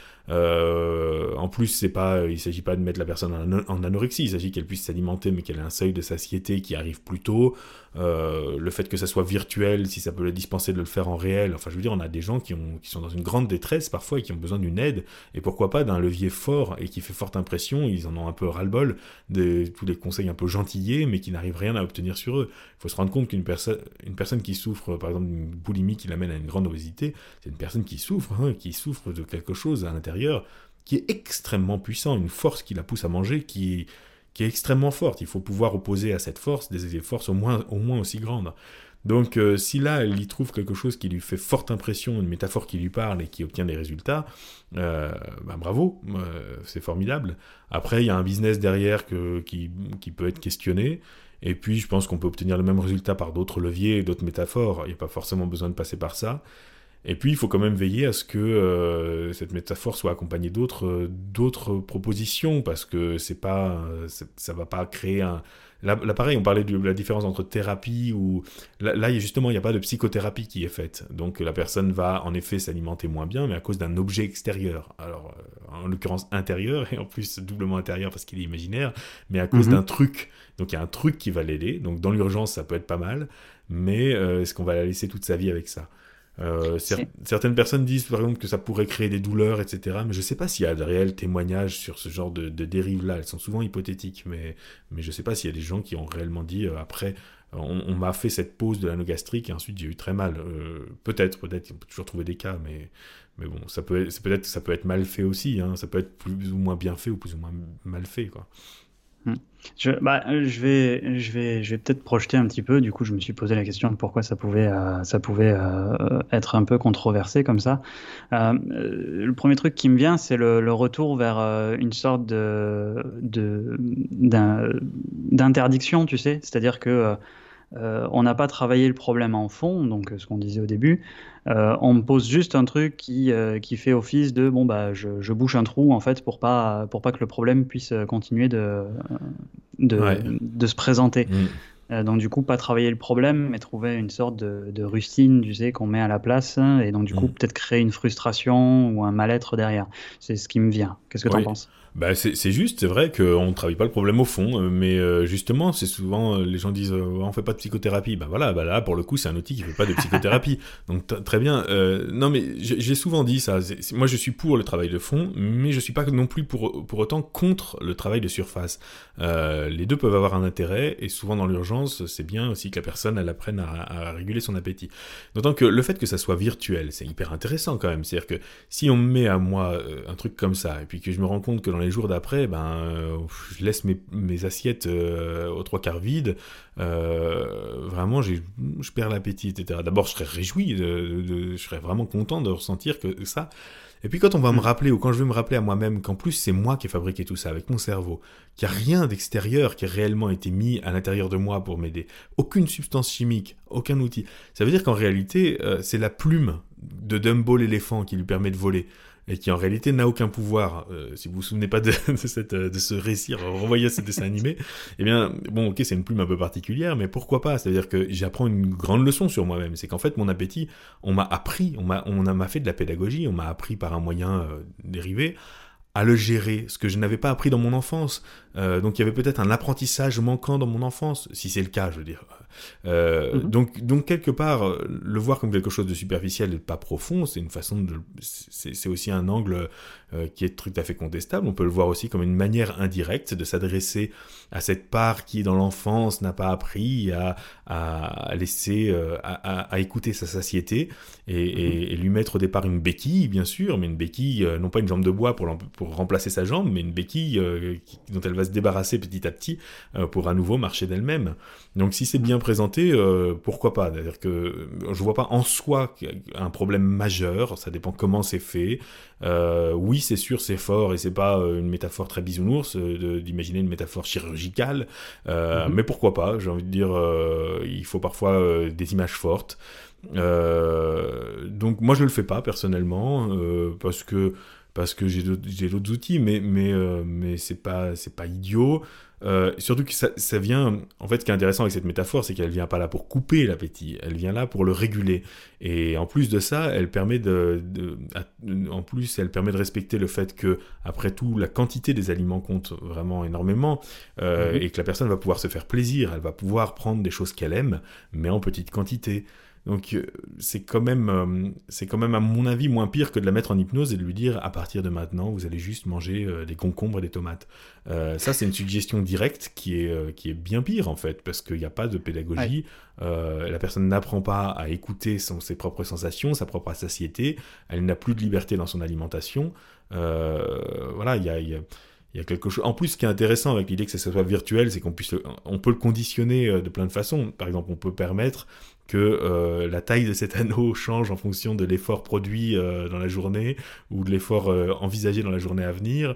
En plus, il s'agit pas de mettre la personne en anorexie, il s'agit qu'elle puisse s'alimenter, mais qu'elle ait un seuil de satiété qui arrive plus tôt. Le fait que ça soit virtuel, si ça peut le dispenser de le faire en réel. Enfin, je veux dire, on a des gens qui sont dans une grande détresse parfois et qui ont besoin d'une aide, et pourquoi pas d'un levier fort et qui fait forte impression. Ils en ont un peu ras-le-bol de tous les conseils un peu gentillés, mais qui n'arrivent rien à obtenir sur eux. Il faut se rendre compte qu'une personne qui souffre, par exemple, d'une boulimie qui l'amène à une grande obésité, c'est une personne qui souffre de quelque chose à l'intérieur qui est extrêmement puissant, une force qui la pousse à manger qui est extrêmement forte. Il faut pouvoir opposer à cette force des forces au moins aussi grandes. Donc si là, elle y trouve quelque chose qui lui fait forte impression, une métaphore qui lui parle et qui obtient des résultats, bravo, c'est formidable. Après, il y a un business derrière qui peut être questionné, et puis je pense qu'on peut obtenir le même résultat par d'autres leviers et d'autres métaphores. Il n'y a pas forcément besoin de passer par ça. Et puis, il faut quand même veiller à ce que cette métaphore soit accompagnée d'autres propositions, parce que ça va pas créer un... Là, pareil, on parlait de la différence entre thérapie ou... Là, justement, il n'y a pas de psychothérapie qui est faite. Donc, la personne va, en effet, s'alimenter moins bien, mais à cause d'un objet extérieur. Alors, en l'occurrence, intérieur, et en plus, doublement intérieur parce qu'il est imaginaire, mais à cause d'un truc. Donc, il y a un truc qui va l'aider. Donc, dans l'urgence, ça peut être pas mal, mais est-ce qu'on va la laisser toute sa vie avec ça ? Certaines personnes disent par exemple que ça pourrait créer des douleurs, etc. Mais je ne sais pas s'il y a de réels témoignages sur ce genre de dérives-là. Elles sont souvent hypothétiques, mais je ne sais pas s'il y a des gens qui ont réellement dit après, on m'a fait cette pause de l'anneau gastrique et ensuite j'ai eu très mal. Peut-être, on peut toujours trouver des cas, mais bon, ça peut être mal fait aussi. Hein. Ça peut être plus ou moins bien fait ou plus ou moins mal fait, quoi. Je vais peut-être projeter un petit peu. Du coup, je me suis posé la question de pourquoi ça pouvait être un peu controversé comme ça. Le premier truc qui me vient, c'est le retour vers une sorte d'interdiction, tu sais. C'est-à-dire que on n'a pas travaillé le problème en fond, donc ce qu'on disait au début. On me pose juste un truc qui fait office de je bouche un trou en fait pour pas que le problème puisse continuer de se présenter. Donc du coup, pas travailler le problème, mais trouver une sorte de rustine, tu sais, qu'on met à la place, et donc du coup peut-être créer une frustration ou un mal-être derrière. C'est ce qui me vient. Qu'est-ce que t'en penses ? C'est juste, c'est vrai qu'on ne travaille pas le problème au fond, mais justement, c'est souvent, les gens disent on fait pas de psychothérapie. Là, pour le coup, c'est un outil qui fait pas de psychothérapie. Donc, très bien. Non, mais j'ai souvent dit ça. Moi, je suis pour le travail de fond, mais je suis pas non plus pour autant contre le travail de surface. Les deux peuvent avoir un intérêt, et souvent dans l'urgence, c'est bien aussi que la personne, elle apprenne à réguler son appétit. D'autant que le fait que ça soit virtuel, c'est hyper intéressant quand même. C'est-à-dire que si on me met à moi un truc comme ça, et puis que je me rends compte que dans les jours d'après, je laisse mes assiettes aux trois quarts vides. Vraiment, je perds l'appétit, etc. D'abord, je serais réjoui, je serais vraiment content de ressentir que ça. Et puis quand on va me rappeler, ou quand je vais me rappeler à moi-même qu'en plus c'est moi qui ai fabriqué tout ça avec mon cerveau, qu'il n'y a rien d'extérieur qui a réellement été mis à l'intérieur de moi pour m'aider, aucune substance chimique, aucun outil, ça veut dire qu'en réalité, c'est la plume de Dumbo l'éléphant qui lui permet de voler, et qui en réalité n'a aucun pouvoir. Si vous vous souvenez pas de ce récit, revoyez ce dessin animé, eh bien, bon, ok, c'est une plume un peu particulière, mais pourquoi pas ? C'est-à-dire que j'apprends une grande leçon sur moi-même, c'est qu'en fait, mon appétit, on m'a appris, on m'a fait de la pédagogie, on m'a appris par un moyen dérivé, à le gérer, ce que je n'avais pas appris dans mon enfance. Donc il y avait peut-être un apprentissage manquant dans mon enfance, si c'est le cas, je veux dire. Mhm. Donc quelque part, le voir comme quelque chose de superficiel et de pas profond, c'est une façon de, c'est aussi un angle qui est tout à fait contestable. On peut le voir aussi comme une manière indirecte de s'adresser à cette part qui, dans l'enfance, n'a pas appris à laisser, à écouter sa satiété Mhm. et lui mettre au départ une béquille, bien sûr, mais une béquille, non pas une jambe de bois pour remplacer sa jambe, mais une béquille dont elle va se débarrasser petit à petit pour à nouveau marcher d'elle-même. Donc si c'est Mhm. bien présenté, pourquoi pas? C'est-à-dire que je vois pas en soi un problème majeur, ça dépend comment c'est fait. Oui, c'est sûr, c'est fort et c'est pas une métaphore très bisounours d'imaginer une métaphore chirurgicale, Mhm. mais pourquoi pas? J'ai envie de dire, il faut parfois des images fortes. Donc moi je le fais pas personnellement parce que j'ai d'autres outils, mais c'est pas idiot. Surtout que ça vient. En fait, ce qui est intéressant avec cette métaphore, c'est qu'elle vient pas là pour couper l'appétit, elle vient là pour le réguler. Et en plus de ça, elle permet en plus, elle permet de respecter le fait que, après tout, la quantité des aliments compte vraiment énormément, Mhm. et que la personne va pouvoir se faire plaisir, elle va pouvoir prendre des choses qu'elle aime, mais en petite quantité. Donc c'est quand même à mon avis moins pire que de la mettre en hypnose et de lui dire à partir de maintenant vous allez juste manger des concombres et des tomates. Ça c'est une suggestion directe qui est bien pire en fait parce qu'il n'y a pas de Ouais. pédagogie. La personne n'apprend pas à écouter ses propres sensations, sa propre satiété. Elle n'a plus de liberté dans son alimentation. Voilà, il y a quelque chose. En plus, ce qui est intéressant avec l'idée que ça soit virtuel, c'est on peut le conditionner de plein de façons. Par exemple, on peut permettre que la taille de cet anneau change en fonction de l'effort produit dans la journée ou de l'effort envisagé dans la journée à venir,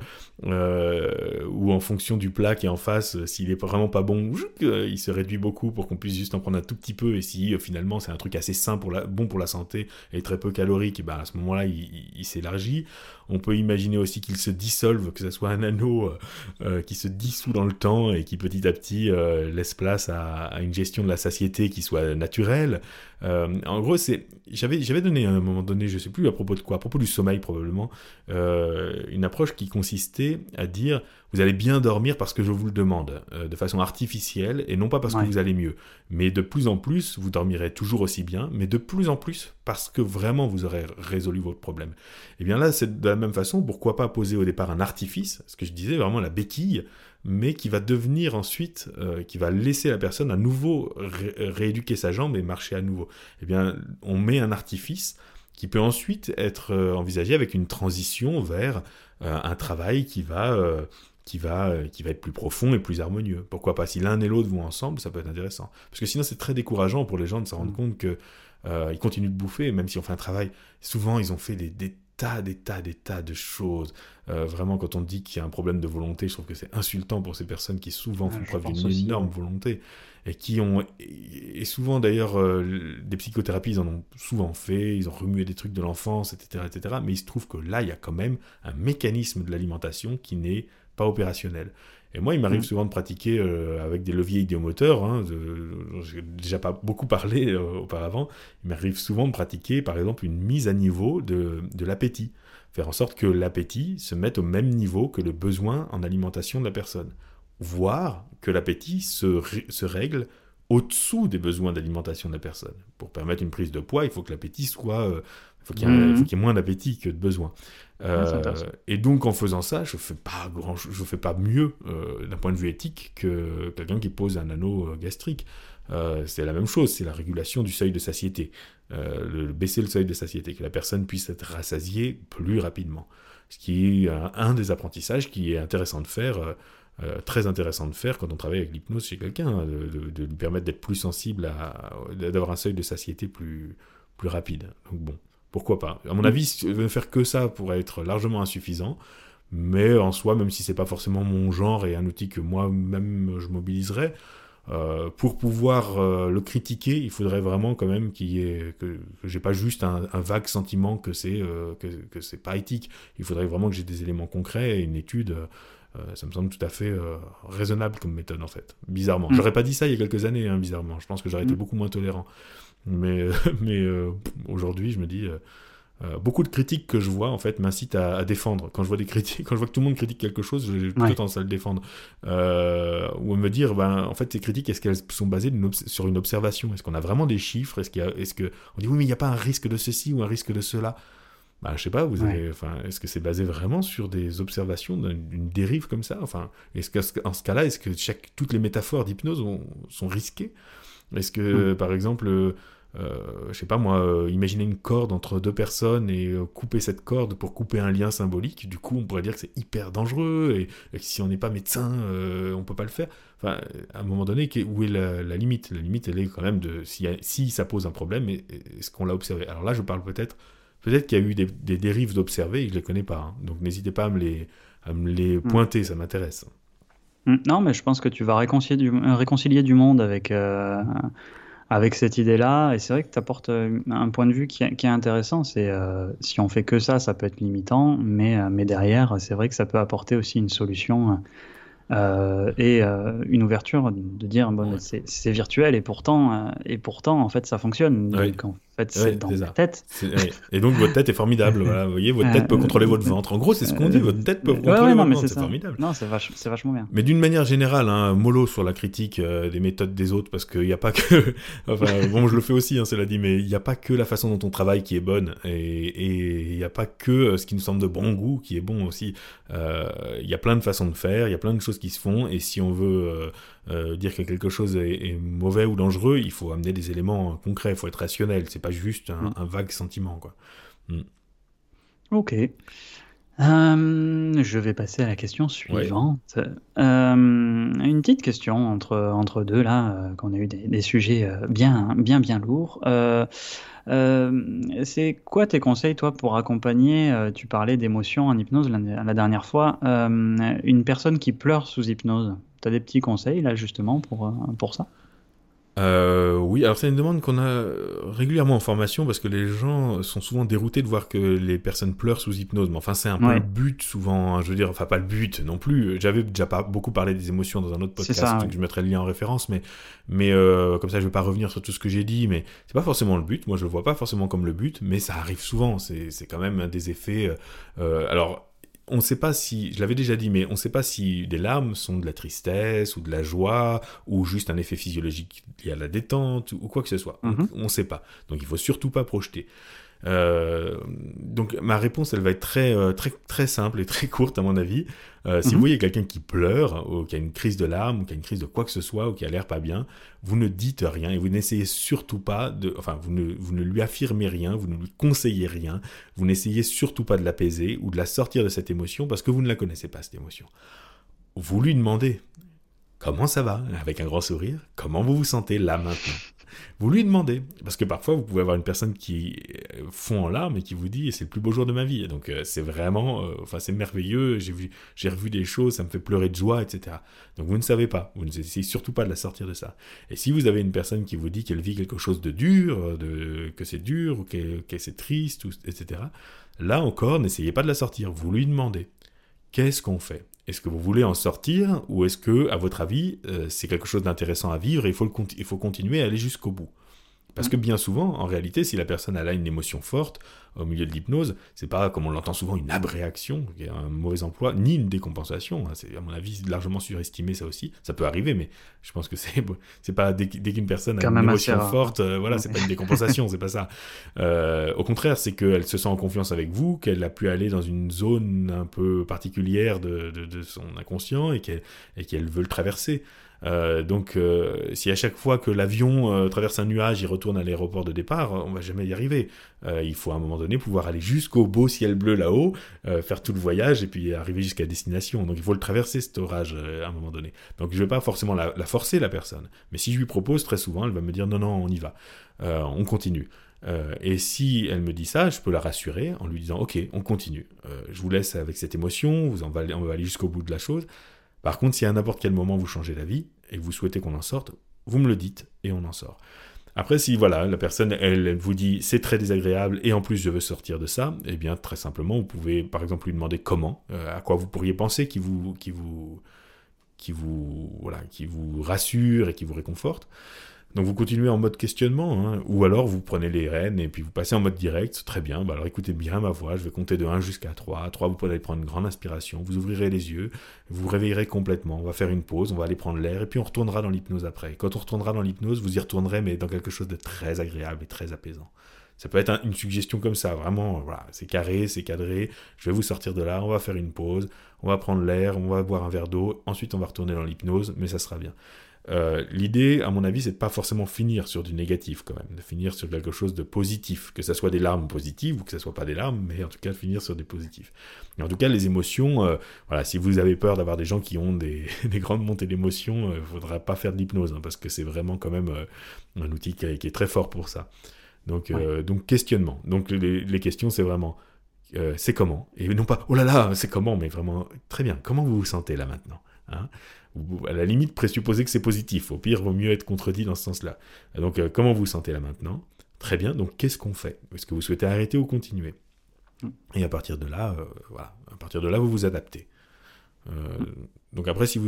ou en fonction du plat qui est en face, s'il est vraiment pas bon, il se réduit beaucoup pour qu'on puisse juste en prendre un tout petit peu, et si finalement c'est un truc assez sain bon pour la santé et très peu calorique, et ben à ce moment-là il s'élargit. On peut imaginer aussi qu'il se dissolve, que ce soit un anneau qui se dissout dans le temps et qui petit à petit laisse place à une gestion de la satiété qui soit naturelle. En gros, j'avais donné à un moment donné, je sais plus à propos de quoi, à propos du sommeil probablement, une approche qui consistait à dire vous allez bien dormir parce que je vous le demande, de façon artificielle et non pas parce que Ouais. vous allez mieux. Mais de plus en plus, vous dormirez toujours aussi bien, mais de plus en plus parce que vraiment vous aurez résolu votre problème. Et bien là, c'est de la même façon, pourquoi pas poser au départ un artifice, ce que je disais, vraiment la béquille, mais qui va devenir ensuite, qui va laisser la personne à nouveau rééduquer sa jambe et marcher à nouveau. Eh bien, on met un artifice qui peut ensuite être envisagé avec une transition vers un travail qui va être plus profond et plus harmonieux. Pourquoi pas? Si l'un et l'autre vont ensemble, ça peut être intéressant. Parce que sinon, c'est très décourageant pour les gens de se rendre Mhm. compte que ils continuent de bouffer, même si on fait un travail. Souvent, ils ont fait des tas de choses. Vraiment, quand on dit qu'il y a un problème de volonté, je trouve que c'est insultant pour ces personnes qui souvent font Je preuve pense d'une aussi, énorme ouais. volonté et et souvent d'ailleurs, des psychothérapies, ils en ont souvent fait, ils ont remué des trucs de l'enfance, etc., etc. Mais il se trouve que là, il y a quand même un mécanisme de l'alimentation qui n'est pas opérationnel. Et moi, il m'arrive Mhm. souvent de pratiquer avec des leviers idéomoteurs. J'ai déjà pas beaucoup parlé auparavant. Il m'arrive souvent de pratiquer, par exemple, une mise à niveau de l'appétit. Faire en sorte que l'appétit se mette au même niveau que le besoin en alimentation de la personne. Voire que l'appétit se règle au-dessous des besoins d'alimentation de la personne. Pour permettre une prise de poids, il faut que l'appétit soit... il faut Mhm. qu'il y ait moins d'appétit que de besoin. Ouais, c'est intéressant. Et donc en faisant ça, je fais pas mieux d'un point de vue éthique que quelqu'un qui pose un anneau gastrique. C'est la même chose, c'est la régulation du seuil de satiété. Baisser le seuil de satiété, que la personne puisse être rassasiée plus rapidement. Ce qui est un des apprentissages qui est intéressant de faire, très intéressant de faire quand on travaille avec l'hypnose chez quelqu'un, hein, de lui permettre d'être plus sensible, d'avoir un seuil de satiété plus rapide. Donc bon, pourquoi pas. À mon Mhm. avis, ne faire que ça pourrait être largement insuffisant, mais en soi, même si c'est pas forcément mon genre et un outil que moi-même je mobiliserais, pour pouvoir le critiquer, il faudrait vraiment quand même que j'ai pas juste un vague sentiment que c'est pas éthique. Il faudrait vraiment que j'ai des éléments concrets et une étude. Ça me semble tout à fait raisonnable comme méthode en fait. Bizarrement, Mhm. j'aurais pas dit ça il y a quelques années, hein, bizarrement. Je pense que j'aurais été Mhm. beaucoup moins tolérant. Mais, mais aujourd'hui, je me dis, Beaucoup de critiques que je vois en fait m'incitent à défendre. Quand je vois des critiques, quand je vois que tout le monde critique quelque chose, j'ai plutôt tendance à le défendre. Ou à me dire, en fait, ces critiques, est-ce qu'elles sont basées sur une observation? Est-ce qu'on a vraiment des chiffres? Est-ce que on dit oui, mais il n'y a pas un risque de ceci ou un risque de cela? Je sais pas, est-ce que c'est basé vraiment sur des observations d'une dérive comme ça? Enfin, en ce cas-là, est-ce que toutes les métaphores d'hypnose sont risquées? Est-ce que, par exemple, je sais pas moi, imaginer une corde entre deux personnes et couper cette corde pour couper un lien symbolique, du coup, on pourrait dire que c'est hyper dangereux et que si on n'est pas médecin, on peut pas le faire. Enfin, à un moment donné, où est la limite? La limite, elle est quand même de si ça pose un problème, est-ce qu'on l'a observé? Alors là, je parle peut-être qu'il y a eu des dérives d'observer et je les connais pas. Hein. Donc n'hésitez pas à me les pointer, ça m'intéresse. Non, mais je pense que tu vas réconcilier du monde avec cette idée-là. Et c'est vrai que tu apportes un point de vue qui est intéressant. C'est si on fait que ça peut être limitant, mais derrière, c'est vrai que ça peut apporter aussi une solution et une ouverture de dire bon, c'est virtuel et pourtant en fait ça fonctionne. Donc en fait c'est dans ta tête. Et donc votre tête est formidable. Voilà, vous voyez, votre tête peut contrôler votre ventre. En gros, c'est ce qu'on dit. Votre tête peut contrôler votre ventre. C'est formidable. Non, c'est vachement bien. Mais d'une manière générale, mollo sur la critique des méthodes des autres, parce qu'il n'y a pas que. Enfin, bon, je le fais aussi, cela dit, mais il n'y a pas que la façon dont on travaille qui est bonne, et il n'y a pas que ce qui nous semble de bon goût qui est bon aussi. Il y a plein de façons de faire, il y a plein de choses qui se font, et si on veut dire que quelque chose est mauvais ou dangereux, il faut amener des éléments concrets, il faut être rationnel, c'est pas juste un vague sentiment, quoi. Ok. Je vais passer à la question suivante. Une petite question entre deux, là, qu'on a eu des sujets bien lourds. C'est quoi tes conseils, toi, pour accompagner, tu parlais d'émotions en hypnose la dernière fois, une personne qui pleure sous hypnose? Tu as des petits conseils, là, justement, pour ça? Oui, alors c'est une demande qu'on a régulièrement en formation parce que les gens sont souvent déroutés de voir que les personnes pleurent sous hypnose. Mais enfin, c'est un peu le but souvent. Je veux dire, enfin pas le but non plus. J'avais déjà beaucoup parlé des émotions dans un autre podcast, donc je mettrai le lien en référence. Mais comme ça, je vais pas revenir sur tout ce que j'ai dit. Mais c'est pas forcément le but. Moi, je le vois pas forcément comme le but, mais ça arrive souvent. C'est quand même un des effets. Alors. On ne sait pas si, je l'avais déjà dit, mais on ne sait pas si des larmes sont de la tristesse ou de la joie ou juste un effet physiologique lié à la détente ou quoi que ce soit. On ne sait pas. Donc il ne faut surtout pas projeter. Donc ma réponse, elle va être très simple et très courte à mon avis. Si vous voyez quelqu'un qui pleure ou qui a une crise de larmes ou qui a une crise de quoi que ce soit ou qui a l'air pas bien, vous ne dites rien et vous n'essayez surtout pas vous ne lui affirmez rien, vous ne lui conseillez rien, vous n'essayez surtout pas de l'apaiser ou de la sortir de cette émotion parce que vous ne la connaissez pas, cette émotion. Vous lui demandez comment ça va, avec un grand sourire, comment vous vous sentez là maintenant. Vous lui demandez, parce que parfois vous pouvez avoir une personne qui fond en larmes et qui vous dit c'est le plus beau jour de ma vie. Donc c'est vraiment, c'est merveilleux. J'ai revu des choses, ça me fait pleurer de joie, etc. Donc vous ne savez pas, vous n'essayez surtout pas de la sortir de ça. Et si vous avez une personne qui vous dit qu'elle vit quelque chose de dur, que c'est dur ou que c'est triste, etc. Là encore, n'essayez pas de la sortir. Vous lui demandez qu'est-ce qu'on fait. Est-ce que vous voulez en sortir ou est-ce que, à votre avis, c'est quelque chose d'intéressant à vivre et il faut continuer à aller jusqu'au bout? Parce que bien souvent, en réalité, si la personne a une émotion forte au milieu de l'hypnose, c'est pas, comme on l'entend souvent, une abréaction, qui est un mauvais emploi, ni une décompensation. C'est, à mon avis, largement surestimé, ça aussi. Ça peut arriver, mais je pense que c'est pas dès qu'une personne a une émotion forte, c'est pas une décompensation, c'est pas ça. Au contraire, c'est qu'elle se sent en confiance avec vous, qu'elle a pu aller dans une zone un peu particulière de son inconscient et qu'elle veut le traverser. Donc, si à chaque fois que l'avion traverse un nuage, il retourne à l'aéroport de départ, on va jamais y arriver. Il faut à un moment donné pouvoir aller jusqu'au beau ciel bleu là-haut, faire tout le voyage et puis arriver jusqu'à destination. Donc, il faut le traverser cet orage à un moment donné. Donc, je vais pas forcément la forcer la personne, mais si je lui propose, très souvent, elle va me dire non, on y va, on continue. Et si elle me dit ça, je peux la rassurer en lui disant ok, on continue. Je vous laisse avec cette émotion, on va aller jusqu'au bout de la chose. Par contre, si à n'importe quel moment vous changez d'avis et que vous souhaitez qu'on en sorte, vous me le dites et on en sort. Après, si la personne, elle vous dit c'est très désagréable et en plus je veux sortir de ça, eh bien très simplement, vous pouvez par exemple lui demander comment, à quoi vous pourriez penser qui vous rassure et qui vous réconforte. Donc vous continuez en mode questionnement, hein, ou alors vous prenez les rênes et puis vous passez en mode direct, très bien, bah alors écoutez bien ma voix, je vais compter de 1 jusqu'à 3. 3, vous pouvez aller prendre une grande inspiration, vous ouvrirez les yeux, vous vous réveillerez complètement, on va faire une pause, on va aller prendre l'air, et puis on retournera dans l'hypnose après. Quand on retournera dans l'hypnose, vous y retournerez, mais dans quelque chose de très agréable et très apaisant. Ça peut être une suggestion comme ça, vraiment, voilà, c'est carré, c'est cadré, je vais vous sortir de là, on va faire une pause, on va prendre l'air, on va boire un verre d'eau, ensuite on va retourner dans l'hypnose, mais ça sera bien. L'idée, à mon avis, c'est de pas forcément finir sur du négatif quand même, de finir sur quelque chose de positif, que ça soit des larmes positives ou que ça soit pas des larmes, mais en tout cas de finir sur des positifs. Et en tout cas, les émotions, voilà, si vous avez peur d'avoir des gens qui ont des grandes montées d'émotions, faudra pas faire de l'hypnose, hein, parce que c'est vraiment quand même un outil qui est très fort pour ça. Donc questionnement. Donc les questions, c'est vraiment c'est comment, et non pas oh là là, c'est comment, mais vraiment très bien. Comment vous vous sentez là maintenant, hein? Ou à la limite, présupposer que c'est positif. Au pire, vaut mieux être contredit dans ce sens-là. Donc, comment vous vous sentez là maintenant? Très bien. Donc, qu'est-ce qu'on fait? Est-ce que vous souhaitez arrêter ou continuer? Et à partir de là, voilà. À partir de là, vous vous adaptez. Donc après, si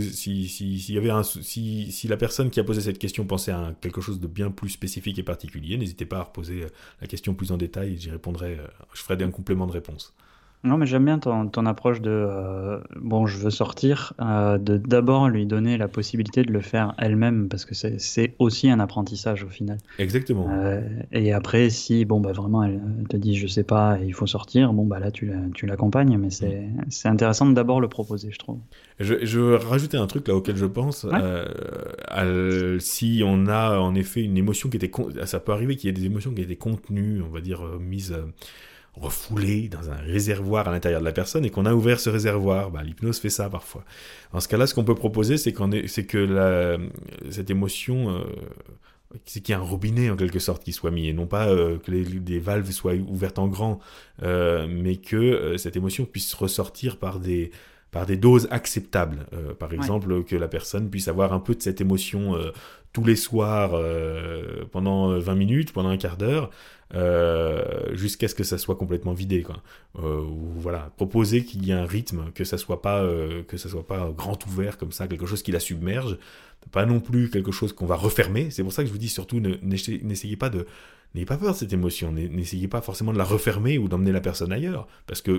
la personne qui a posé cette question pensait à quelque chose de bien plus spécifique et particulier, n'hésitez pas à reposer la question plus en détail et j'y répondrai. Je ferai un complément de réponse. Non, mais j'aime bien ton approche de bon, je veux sortir, de d'abord lui donner la possibilité de le faire elle-même, parce que c'est aussi un apprentissage au final. Exactement. Et après, si bon, bah, vraiment elle te dit je sais pas, et il faut sortir, bon, bah là tu l'accompagnes, mais c'est intéressant de d'abord le proposer, je trouve. Je veux rajouter un truc là auquel je pense. Ouais. Si on a en effet une émotion qui était... Ça peut arriver qu'il y ait des émotions qui étaient contenues, on va dire mises... refoulé dans un réservoir à l'intérieur de la personne et qu'on a ouvert ce réservoir. Bah, l'hypnose fait ça parfois. Dans ce cas-là, ce qu'on peut proposer, c'est que cette émotion, c'est qu'il y a un robinet en quelque sorte qui soit mis et non pas que des valves soient ouvertes en grand, mais que cette émotion puisse ressortir par des doses acceptables. Par exemple, que la personne puisse avoir un peu de cette émotion tous les soirs pendant 20 minutes, pendant un quart d'heure, jusqu'à ce que ça soit complètement vidé, quoi. Voilà, proposer qu'il y ait un rythme, que ça soit pas grand ouvert comme ça, quelque chose qui la submerge, pas non plus quelque chose qu'on va refermer. C'est pour ça que je vous dis surtout n'ayez pas peur de cette émotion, n'essayez pas forcément de la refermer ou d'emmener la personne ailleurs, parce que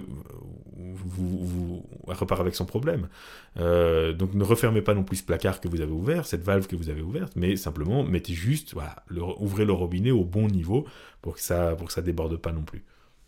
elle repart avec son problème. Donc ne refermez pas non plus ce placard que vous avez ouvert, cette valve que vous avez ouverte, mais simplement mettez juste, voilà, ouvrez le robinet au bon niveau pour que ça déborde pas non plus.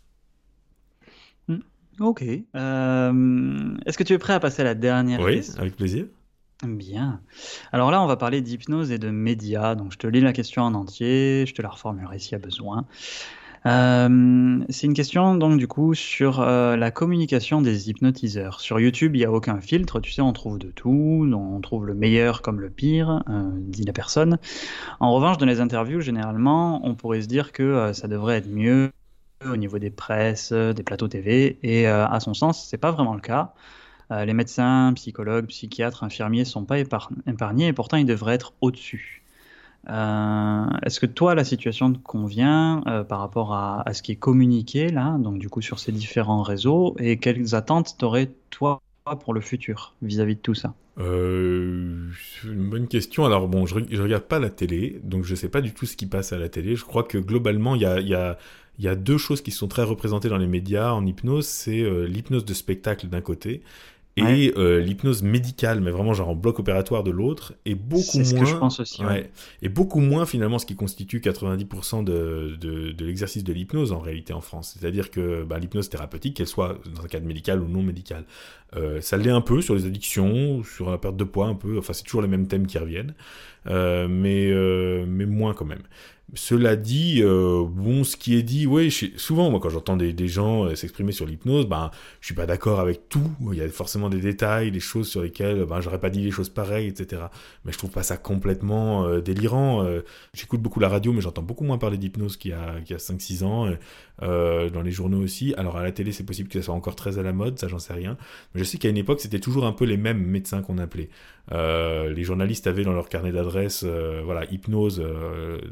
Ok. Est-ce que tu es prêt à passer à la dernière question? Oui, avec plaisir. Bien. Alors là, on va parler d'hypnose et de médias. Donc, je te lis la question en entier, je te la reformulerai s'il y a besoin. C'est une question, donc, du coup, sur la communication des hypnotiseurs. Sur YouTube, il n'y a aucun filtre, tu sais, on trouve de tout, on trouve le meilleur comme le pire, dit la personne. En revanche, dans les interviews, généralement, on pourrait se dire que ça devrait être mieux au niveau des presses, des plateaux TV, et à son sens, c'est pas vraiment le cas. Les médecins, psychologues, psychiatres, infirmiers ne sont pas épargnés et pourtant ils devraient être au-dessus. Est-ce que toi, la situation te convient par rapport à ce qui est communiqué là, donc du coup sur ces différents réseaux, et quelles attentes t'aurais toi pour le futur vis-à-vis de tout ça? C'est une bonne question. Alors bon, je regarde pas la télé, donc je sais pas du tout ce qui passe à la télé. Je crois que globalement, il y a deux choses qui sont très représentées dans les médias en hypnose. C'est l'hypnose de spectacle d'un côté et l'hypnose médicale, mais vraiment genre en bloc opératoire de l'autre, et beaucoup C'est ce moins, que je pense aussi. et beaucoup moins finalement ce qui constitue 90% de l'exercice de l'hypnose en réalité en France. C'est-à-dire que l'hypnose thérapeutique, qu'elle soit dans un cadre médical ou non médical, ça l'est un peu sur les addictions, sur la perte de poids un peu, enfin c'est toujours les mêmes thèmes qui reviennent, mais moins quand même. Cela dit, bon, ce qui est dit, oui, souvent, moi, quand j'entends des gens s'exprimer sur l'hypnose, je suis pas d'accord avec tout. Il y a forcément des détails, des choses sur lesquelles, j'aurais pas dit les choses pareilles, etc. Mais je trouve pas ça complètement délirant. J'écoute beaucoup la radio, mais j'entends beaucoup moins parler d'hypnose qu'il y a 5-6 ans, dans les journaux aussi. Alors, à la télé, c'est possible que ça soit encore très à la mode, ça, j'en sais rien. Mais je sais qu'à une époque, c'était toujours un peu les mêmes médecins qu'on appelait. Les journalistes avaient dans leur carnet d'adresses, voilà, hypnose, docteur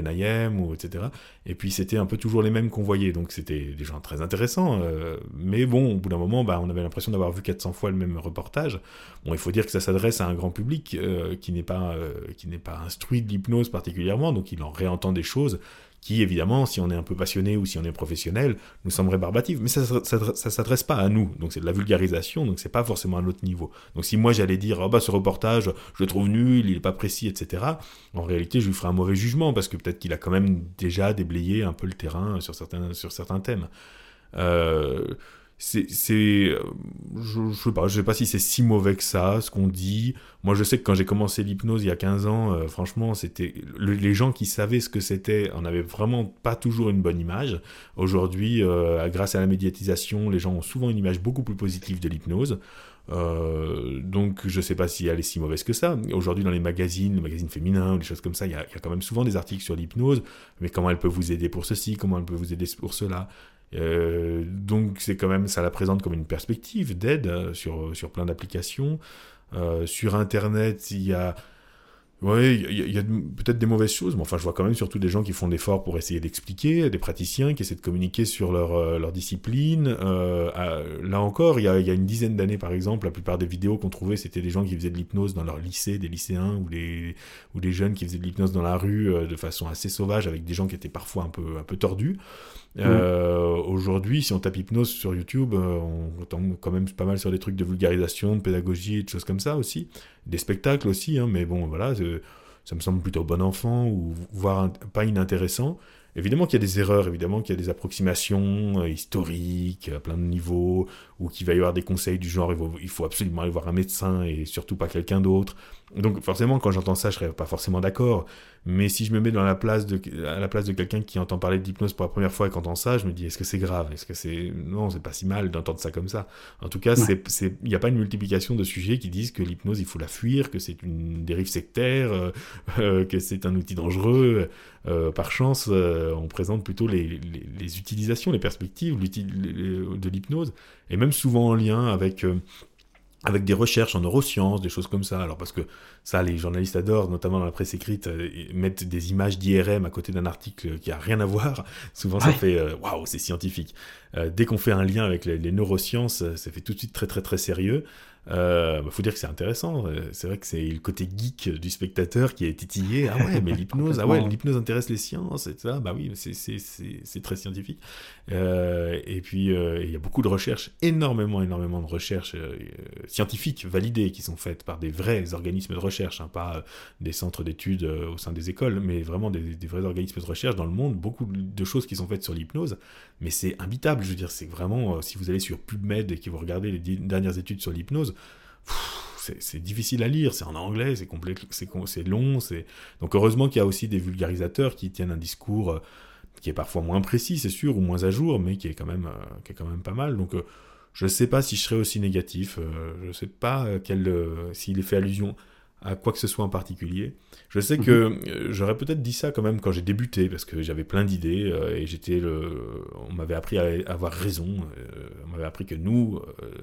NIM, ou etc. Et puis c'était un peu toujours les mêmes qu'on voyait, donc c'était des gens très intéressants, mais bon, au bout d'un moment, on avait l'impression d'avoir vu 400 fois le même reportage. Bon, il faut dire que ça s'adresse à un grand public qui n'est pas instruit de l'hypnose particulièrement, donc il en réentend des choses qui, évidemment, si on est un peu passionné ou si on est professionnel, nous semblent rébarbatives, mais ça s'adresse pas à nous, donc c'est de la vulgarisation, donc c'est pas forcément à notre niveau. Donc si moi j'allais dire, ce reportage, je le trouve nul, il est pas précis, etc., en réalité, je lui ferai un mauvais jugement, parce que peut-être qu'il a quand même déjà déblayé un peu le terrain sur certains thèmes. Je sais pas si c'est si mauvais que ça, ce qu'on dit. Moi, je sais que quand j'ai commencé l'hypnose il y a 15 ans, franchement, les gens qui savaient ce que c'était en avaient vraiment pas toujours une bonne image. Aujourd'hui, grâce à la médiatisation, les gens ont souvent une image beaucoup plus positive de l'hypnose. Donc je sais pas si elle est si mauvaise que ça. Aujourd'hui dans les magazines féminins ou des choses comme ça, il y a quand même souvent des articles sur l'hypnose, mais comment elle peut vous aider pour ceci, comment elle peut vous aider pour cela. Donc c'est quand même, ça la présente comme une perspective d'aide sur plein d'applications. Sur internet il y a peut-être des mauvaises choses, mais enfin, je vois quand même surtout des gens qui font d'efforts pour essayer d'expliquer, des praticiens qui essaient de communiquer sur leur discipline. Là encore, il y a une dizaine d'années, par exemple, la plupart des vidéos qu'on trouvait, c'était des gens qui faisaient de l'hypnose dans leur lycée, des lycéens ou des jeunes qui faisaient de l'hypnose dans la rue de façon assez sauvage, avec des gens qui étaient parfois un peu tordus. Aujourd'hui, si on tape hypnose sur YouTube, on tombe quand même pas mal sur des trucs de vulgarisation, de pédagogie, de choses comme ça aussi, des spectacles aussi, hein, mais bon, voilà, ça me semble plutôt bon enfant, ou voire pas inintéressant. Évidemment qu'il y a des erreurs, évidemment qu'il y a des approximations historiques à plein de niveaux, ou qu'il va y avoir des conseils du genre il faut absolument aller voir un médecin et surtout pas quelqu'un d'autre. Donc forcément, quand j'entends ça, je serais pas forcément d'accord. Mais si je me mets à la place de quelqu'un qui entend parler de l'hypnose pour la première fois et qui entend ça, je me dis, est-ce que c'est grave ? Non, c'est pas si mal d'entendre ça comme ça. En tout cas, il n'y a pas une multiplication de sujets qui disent que l'hypnose, il faut la fuir, que c'est une dérive sectaire, que c'est un outil dangereux. Par chance, on présente plutôt les utilisations, les perspectives de l'hypnose, et même souvent en lien avec des recherches en neurosciences, des choses comme ça. Alors parce que ça, les journalistes adorent, notamment dans la presse écrite, mettre des images d'IRM à côté d'un article qui a rien à voir. Souvent, ça fait waouh, c'est scientifique. Dès qu'on fait un lien avec les neurosciences, ça fait tout de suite très très très sérieux. Faut dire que c'est intéressant. C'est vrai que c'est le côté geek du spectateur qui est titillé. Ah ouais, mais l'hypnose, l'hypnose intéresse les sciences, et ça. Bah oui, c'est très scientifique. Et puis il y a beaucoup de recherches, énormément de recherches scientifiques validées qui sont faites par des vrais organismes de recherche, hein, pas des centres d'études au sein des écoles, mais vraiment des vrais organismes de recherche dans le monde. Beaucoup de choses qui sont faites sur l'hypnose, mais c'est imbitable. Je veux dire, c'est vraiment, si vous allez sur PubMed et que vous regardez les dernières études sur l'hypnose, c'est difficile à lire, c'est en anglais, c'est complexe, c'est long. Donc heureusement qu'il y a aussi des vulgarisateurs qui tiennent un discours qui est parfois moins précis, c'est sûr, ou moins à jour, mais qui est quand même pas mal. Donc je ne sais pas si je serais aussi négatif, je ne sais pas s'il est fait allusion à quoi que ce soit en particulier. Je sais que j'aurais peut-être dit ça quand même quand j'ai débuté, parce que j'avais plein d'idées, et on m'avait appris à avoir raison, on m'avait appris que nous,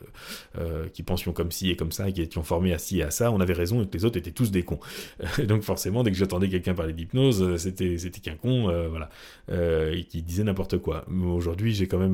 qui pensions comme ci et comme ça, et qui étions formés à ci et à ça, on avait raison, et que les autres étaient tous des cons. Donc forcément, dès que j'entendais quelqu'un parler d'hypnose, c'était qu'un con, voilà, et qui disait n'importe quoi. Mais aujourd'hui, j'ai quand même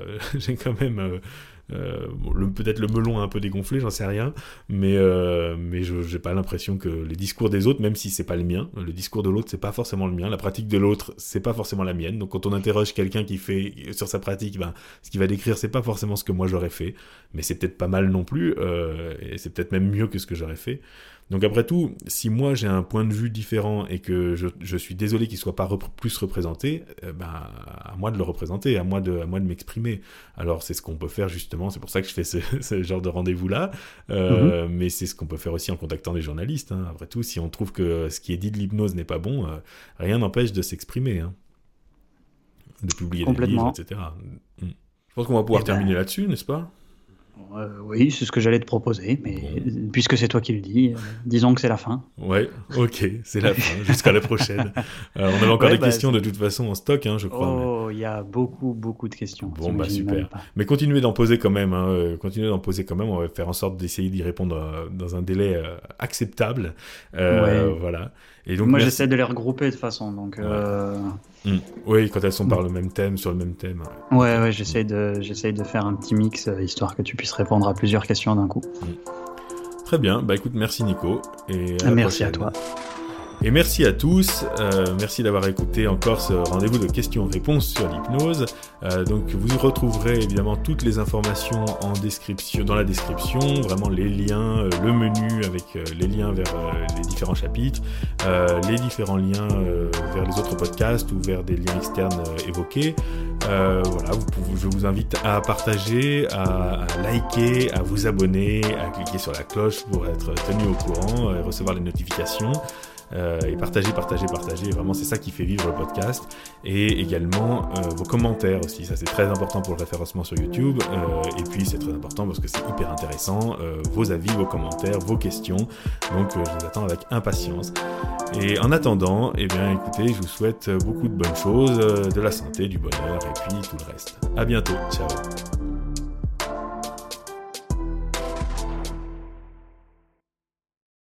peut-être le melon a un peu dégonflé, j'en sais rien, mais je n'ai pas l'impression que les discours des autres, même si c'est pas le mien, le discours de l'autre c'est pas forcément le mien, la pratique de l'autre c'est pas forcément la mienne. Donc quand on interroge quelqu'un qui fait sur sa pratique, ce qu'il va décrire c'est pas forcément ce que moi j'aurais fait, mais c'est peut-être pas mal non plus, et c'est peut-être même mieux que ce que j'aurais fait. Donc après tout, si moi j'ai un point de vue différent et que je suis désolé qu'il soit pas plus représenté, à moi de le représenter, à moi de m'exprimer. Alors c'est ce qu'on peut faire justement, c'est pour ça que je fais ce genre de rendez-vous là, mais c'est ce qu'on peut faire aussi en contactant des journalistes, hein. Après tout, si on trouve que ce qui est dit de l'hypnose n'est pas bon, rien n'empêche de s'exprimer, hein. De publier des livres, etc. Je pense qu'on va pouvoir terminer là-dessus, n'est-ce pas ? Oui, c'est ce que j'allais te proposer, mais puisque c'est toi qui le dis, disons que c'est la fin. Ouais, ok, c'est la fin, jusqu'à la prochaine. On avait encore des questions de toute façon en stock, hein, je crois. Oh, il y a beaucoup de questions. Bon, bah T'imagines super. même pas. Mais continuez d'en poser quand même. Continuez d'en poser quand même. On va faire en sorte d'essayer d'y répondre dans un délai acceptable. Ouais. Voilà. Et donc, Moi, merci. j'essaie de les regrouper de toute façon. Donc, Oui, quand elles sont par le même thème, sur le même thème. ouais, Ok. ouais, j'essaie de faire un petit mix histoire que tu puisses répondre à plusieurs questions d'un coup. Très bien. Bah écoute, merci Nico. Et à la Merci à prochaine. toi. Et merci à tous, merci d'avoir écouté encore ce rendez-vous de questions-réponses sur l'hypnose. Donc vous retrouverez évidemment toutes les informations en description, dans la description, vraiment les liens, le menu avec les liens vers les différents chapitres, les différents liens vers les autres podcasts ou vers des liens externes évoqués. Voilà, je vous invite à partager, à liker, à vous abonner, à cliquer sur la cloche pour être tenu au courant et recevoir les notifications. Et partager, vraiment c'est ça qui fait vivre le podcast. Et également vos commentaires aussi, ça c'est très important pour le référencement sur YouTube, et puis c'est très important parce que c'est hyper intéressant, vos avis, vos commentaires, vos questions, donc je les attends avec impatience. Et en attendant, eh bien écoutez, je vous souhaite beaucoup de bonnes choses, de la santé, du bonheur et puis tout le reste. À bientôt, ciao.